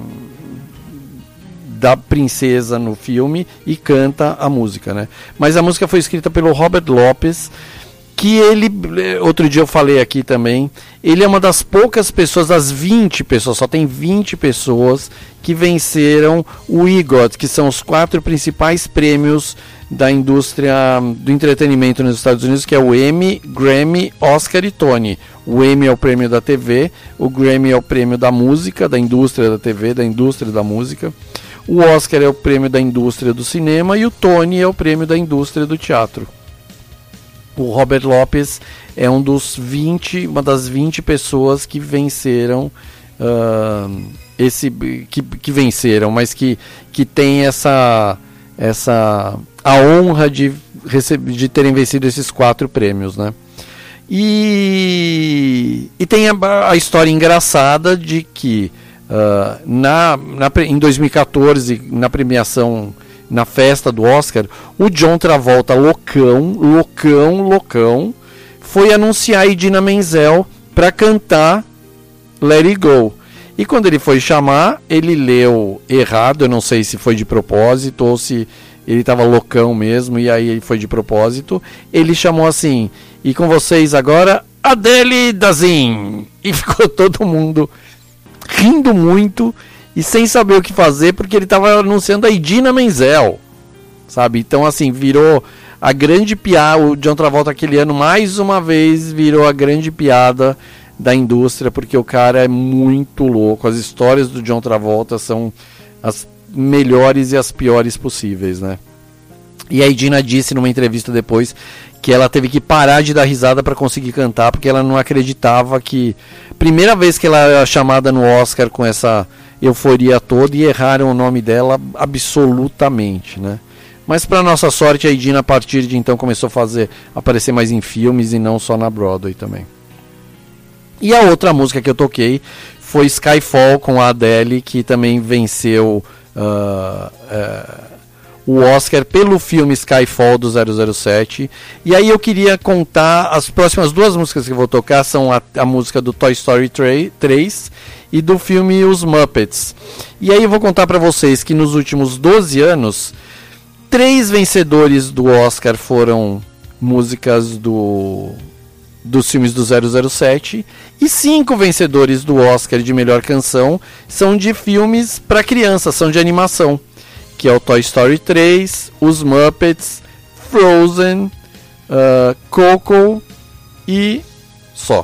princesa no filme e canta a música, né? Mas a música foi escrita pelo Robert Lopez, que ele, outro dia eu falei aqui também, ele é uma das poucas pessoas, das 20 pessoas, só tem 20 pessoas que venceram o EGOT, que são os 4 principais prêmios da indústria do entretenimento nos Estados Unidos, que é o Emmy, Grammy, Oscar e Tony. O Emmy é o prêmio da TV, o Grammy é o prêmio da música, da indústria da TV, da indústria da música. O Oscar é o prêmio da indústria do cinema e o Tony é o prêmio da indústria do teatro. O Robert Lopez é uma das 20 pessoas que venceram que venceram, mas que tem a honra de terem vencido esses 4 prêmios, né? E tem a história engraçada de que em 2014, na premiação, na festa do Oscar, o John Travolta loucão, foi anunciar a Idina Menzel para cantar Let It Go. E quando ele foi chamar, ele leu errado, eu não sei se foi de propósito ou se ele estava loucão mesmo, e aí foi de propósito. Ele chamou assim: e com vocês agora, Adele Dazeem. E ficou todo mundo rindo muito e sem saber o que fazer, porque ele estava anunciando a Idina Menzel, sabe? Então, assim, virou a grande piada. O John Travolta aquele ano, mais uma vez, virou a grande piada da indústria, porque o cara é muito louco. As histórias do John Travolta são as melhores e as piores possíveis, né? E a Idina disse numa entrevista depois que ela teve que parar de dar risada para conseguir cantar, porque ela não acreditava que... Primeira vez que ela era chamada no Oscar com essa euforia toda, e erraram o nome dela absolutamente, né? Mas para nossa sorte, a Idina a partir de então começou a aparecer mais em filmes e não só na Broadway também. E a outra música que eu toquei foi Skyfall, com a Adele, que também venceu o Oscar pelo filme Skyfall do 007. E aí eu queria contar, as próximas 2 músicas que eu vou tocar são a música do Toy Story 3 e do filme Os Muppets. E aí eu vou contar para vocês que nos últimos 12 anos, 3 vencedores do Oscar foram músicas dos filmes do 007, e 5 vencedores do Oscar de melhor canção são de filmes para criança, são de animação, que é o Toy Story 3, Os Muppets, Frozen, Coco e só.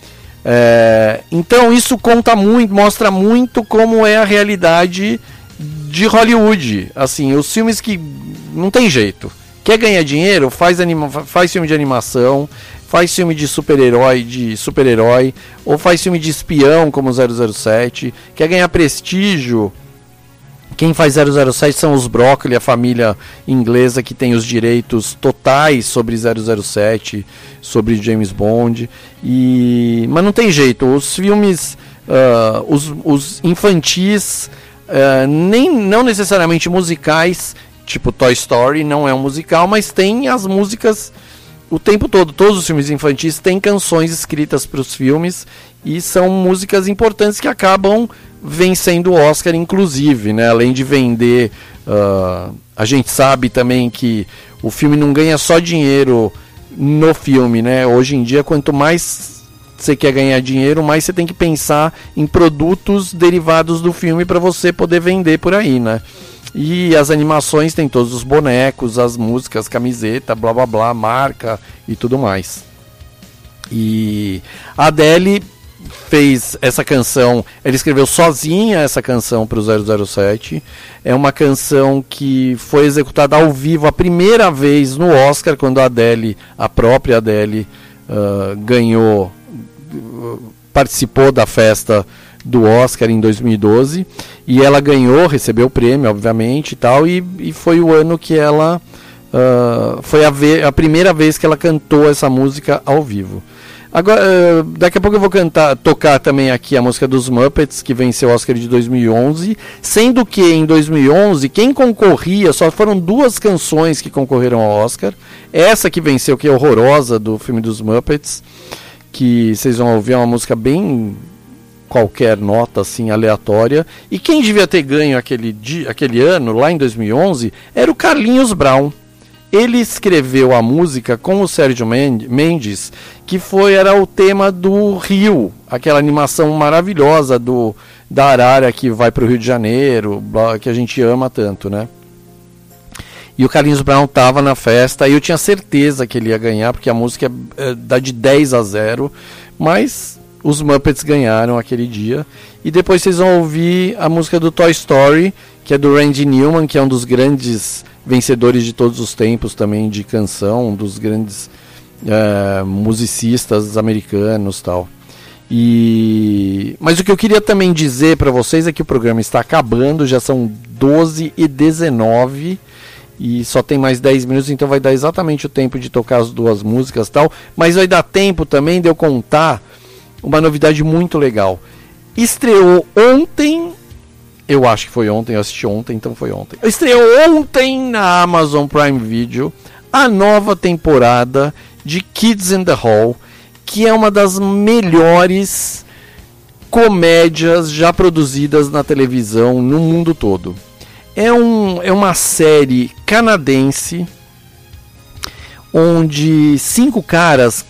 Então isso conta muito, mostra muito como é a realidade de Hollywood. Assim, os filmes que não tem jeito, quer ganhar dinheiro, faz filme de animação, faz filme de super-herói, ou faz filme de espião como 007, quer ganhar prestígio, Quem faz 007 são os Broccoli, a família inglesa que tem os direitos totais sobre 007, sobre James Bond. Mas não tem jeito, os filmes, os infantis, não necessariamente musicais, tipo Toy Story não é um musical, mas tem as músicas o tempo todo. Todos os filmes infantis têm canções escritas para os filmes e são músicas importantes que acabam vencendo o Oscar, inclusive, né? Além de vender, a gente sabe também que o filme não ganha só dinheiro no filme, né? Hoje em dia, quanto mais você quer ganhar dinheiro, mais você tem que pensar em produtos derivados do filme para você poder vender por aí, né? E as animações tem todos os bonecos, as músicas, camiseta, blá blá blá, marca e tudo mais. E a Adele fez essa canção, ela escreveu sozinha essa canção para o 007. É uma canção que foi executada ao vivo a primeira vez no Oscar, quando a própria Adele participou da festa do Oscar em 2012, e ela recebeu o prêmio, obviamente, e tal, e foi o ano que ela foi a primeira vez que ela cantou essa música ao vivo. Agora, daqui a pouco eu vou tocar também aqui a música dos Muppets, que venceu o Oscar de 2011, sendo que em 2011 quem concorria, só foram 2 canções que concorreram ao Oscar. Essa que venceu, que é horrorosa, do filme dos Muppets, que vocês vão ouvir, é uma música bem qualquer nota, assim, aleatória. E quem devia ter ganho aquele ano, lá em 2011, era o Carlinhos Brown. Ele escreveu a música com o Sérgio Mendes, que era o tema do Rio, aquela animação maravilhosa da arara que vai para o Rio de Janeiro, que a gente ama tanto, né? E o Carlinhos Brown estava na festa, e eu tinha certeza que ele ia ganhar, porque a música dá de 10-0, mas os Muppets ganharam aquele dia. E depois vocês vão ouvir a música do Toy Story, que é do Randy Newman, que é um dos grandes vencedores de todos os tempos também de canção, um dos grandes musicistas americanos, tal. Mas o que eu queria também dizer para vocês é que o programa está acabando, já são 12h19 e só tem mais 10 minutos, então vai dar exatamente o tempo de tocar as 2 músicas, tal. Mas vai dar tempo também de eu contar uma novidade muito legal. Estreou ontem, eu acho que foi ontem, eu assisti ontem, então foi ontem. Estreou ontem na Amazon Prime Video a nova temporada de Kids in the Hall, que é uma das melhores comédias já produzidas na televisão no mundo todo. É uma série canadense onde 5 caras,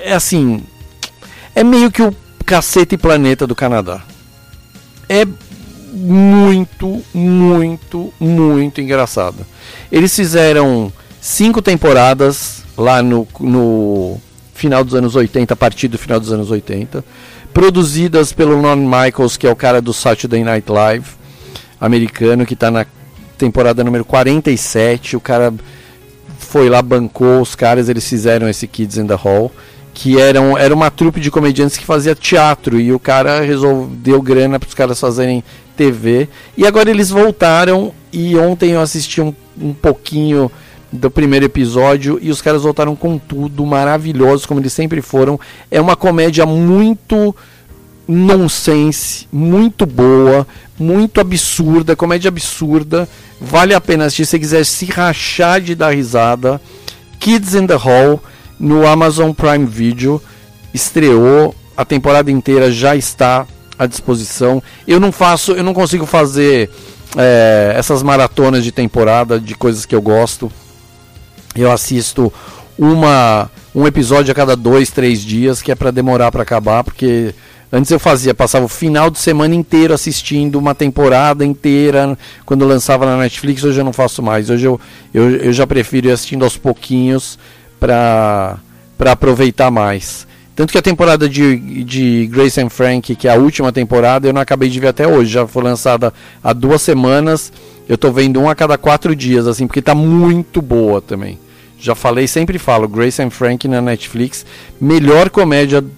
é meio que o Cacete Planeta do Canadá. É muito, muito, muito engraçado. Eles fizeram 5 temporadas lá no final dos anos 80, a partir do final dos anos 80, produzidas pelo Lorne Michaels, que é o cara do Saturday Night Live americano, que está na temporada número 47. O cara foi lá, bancou os caras, eles fizeram esse Kids in the Hall, que era uma trupe de comediantes que fazia teatro, e o cara deu grana para os caras fazerem TV, e agora eles voltaram, e ontem eu assisti um pouquinho do primeiro episódio, e os caras voltaram com tudo, maravilhosos, como eles sempre foram. É uma comédia muito nonsense, muito boa, muito absurda, comédia absurda, vale a pena assistir se você quiser se rachar de dar risada. Kids in the Hall no Amazon Prime Video, estreou, a temporada inteira já está à disposição. Eu não consigo fazer essas maratonas de temporada de coisas que eu gosto. Eu assisto um episódio a cada 2-3 dias, que é para demorar para acabar, porque antes eu passava o final de semana inteiro assistindo uma temporada inteira quando lançava na Netflix. Hoje eu não faço mais, hoje eu já prefiro ir assistindo aos pouquinhos para aproveitar mais. Tanto que a temporada de Grace and Frankie, que é a última temporada, eu não acabei de ver até hoje, já foi lançada há 2 semanas. Eu tô vendo um a cada 4 dias, assim, porque tá muito boa também. Já falei, sempre falo, Grace and Frankie na Netflix, melhor comédia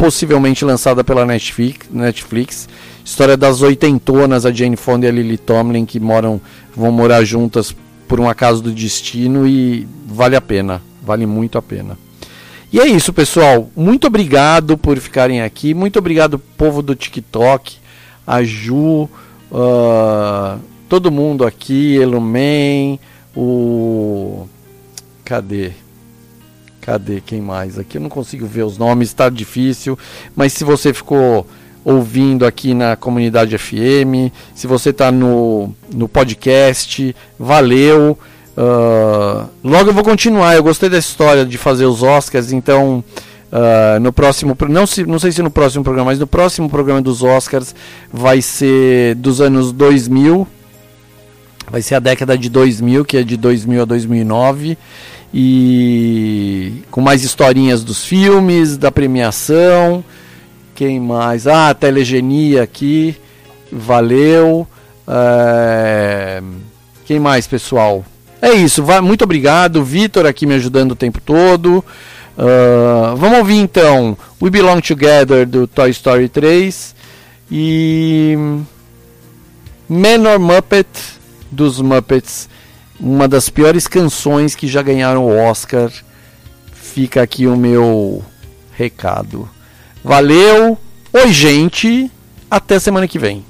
possivelmente lançada pela Netflix. História das oitentonas, a Jane Fonda e a Lily Tomlin, que vão morar juntas por um acaso do destino, e vale a pena, vale muito a pena. E é isso, pessoal, muito obrigado por ficarem aqui, muito obrigado povo do TikTok, a Ju, todo mundo aqui, Elumen, Cadê quem mais aqui? Eu não consigo ver os nomes, está difícil, mas se você ficou ouvindo aqui na Comunidade FM, se você está no podcast, valeu. Logo eu vou continuar. Eu gostei dessa história de fazer os Oscars, então no próximo, não sei se no próximo programa, mas no próximo programa dos Oscars vai ser dos anos 2000, vai ser a década de 2000, que é de 2000 a 2009, e com mais historinhas dos filmes, da premiação. Quem mais? A Telegenia aqui, valeu. Quem mais, pessoal? É isso, muito obrigado. Vitor aqui me ajudando o tempo todo. Vamos ouvir então We Belong Together do Toy Story 3 e Man or Muppet dos Muppets, uma das piores canções que já ganharam o Oscar. Fica aqui o meu recado. Valeu, oi gente, até semana que vem.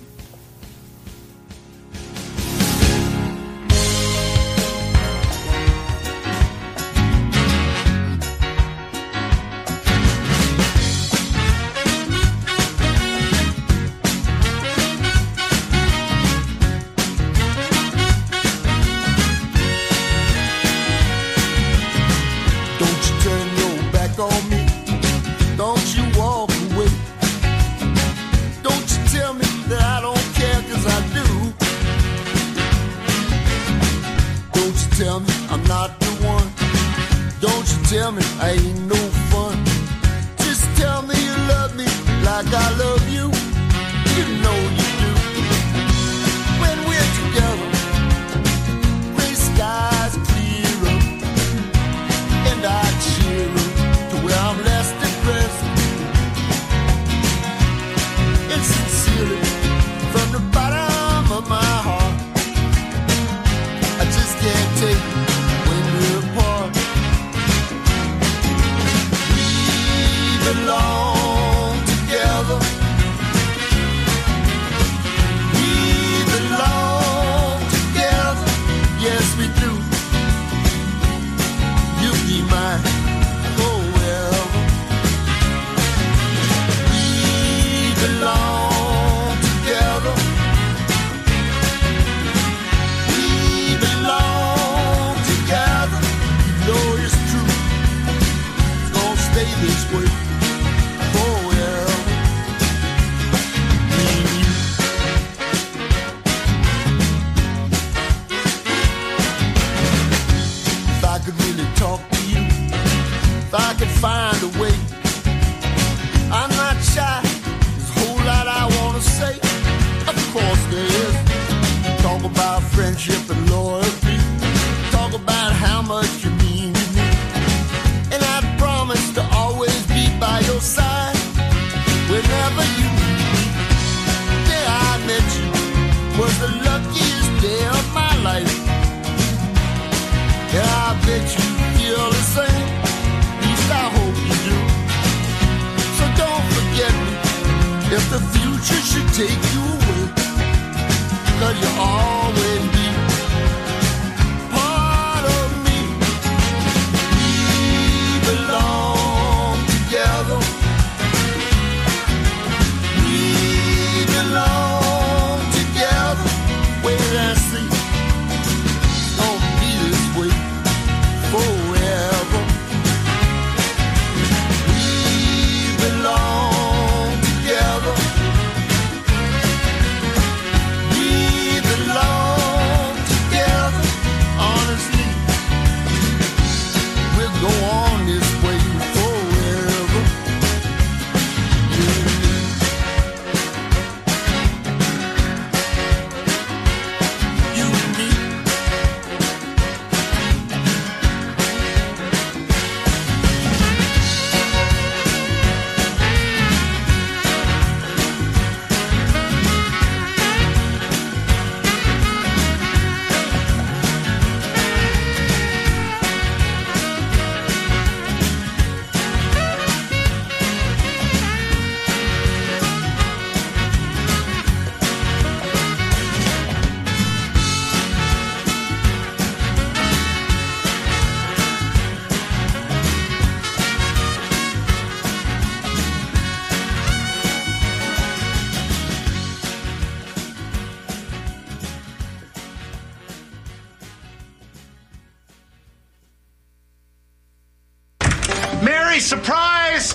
Gary, surprise!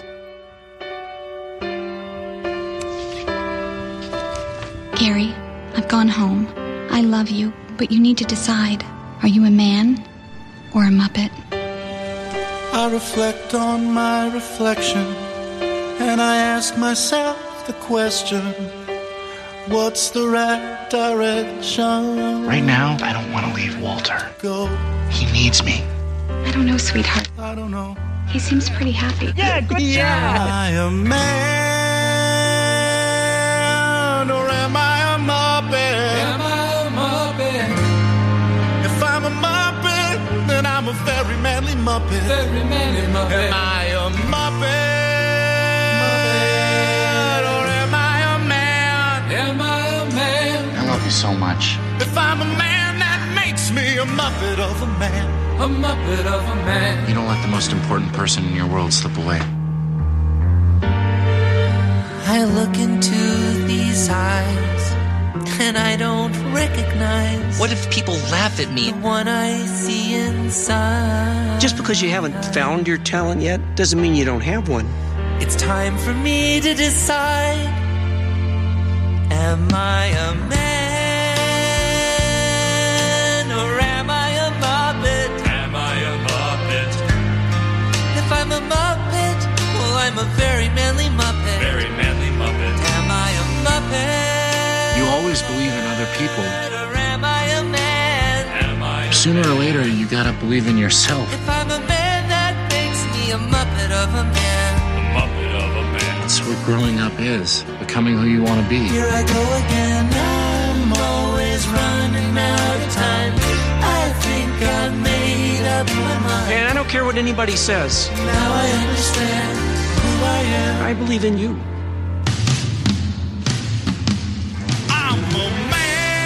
Gary, I've gone home. I love you, but you need to decide. Are you a man or a Muppet? I reflect on my reflection, and I ask myself the question, what's the right direction? Right now, I don't want to leave Walter. Go. He needs me. I don't know, sweetheart. I don't know. He seems pretty happy. Yeah, good job. Am I a man or am I a Muppet? Am I a Muppet? If I'm a Muppet, then I'm a very manly Muppet. Very manly Muppet. Am I a Muppet? Or am I a man? Am I a man? I love you so much. If I'm a man, that makes me a Muppet of a man. A Muppet of a man. You don't let the most important person in your world slip away. I look into these eyes, and I don't recognize. What if people laugh at me? The one I see inside. Just because you haven't found your talent yet doesn't mean you don't have one. It's time for me to decide. Am I a man or am I a Muppet? Am I a Muppet? If I'm a Muppet, well, I'm a very manly Muppet. Very manly Muppet. Am I a Muppet? You always believe in other people. Or am I a man? Am I Sooner or later, you gotta believe in yourself. If I'm a man, that makes me a Muppet of a man. A Muppet of a man. That's what growing up is. Becoming who you want to be. Here I go again. I'm always running out of time. I think I've made up my mind. And I don't care what anybody says. Now I understand who I am. I believe in you. I'm a man.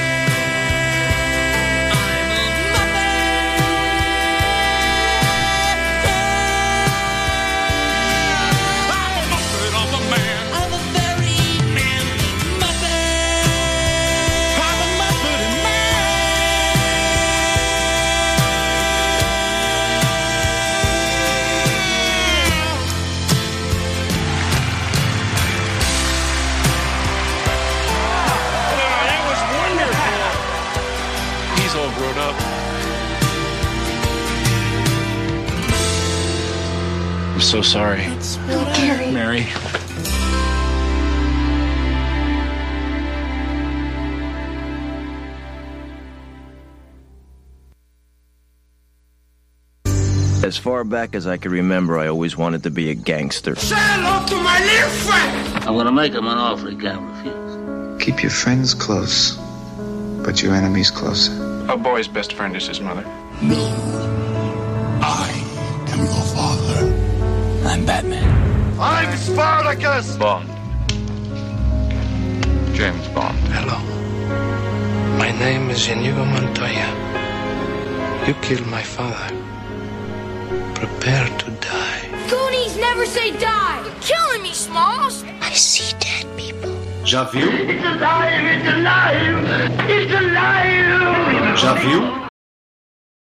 I'm so sorry. Oh, Gary. Mary. As far back as I can remember, I always wanted to be a gangster. Say hello to my little friend! I'm gonna make him an offer he can't refuse. Keep your friends close, but your enemies closer. A boy's best friend is his mother. No. I am your father. I'm Batman. I'm Spartacus! Bond. James Bond. Hello. My name is Inigo Montoya. You killed my father. Prepare to die. Goonies never say die! You're killing me, Smalls! I see dead people. Já viu? It's alive! It's alive! It's alive! Já viu?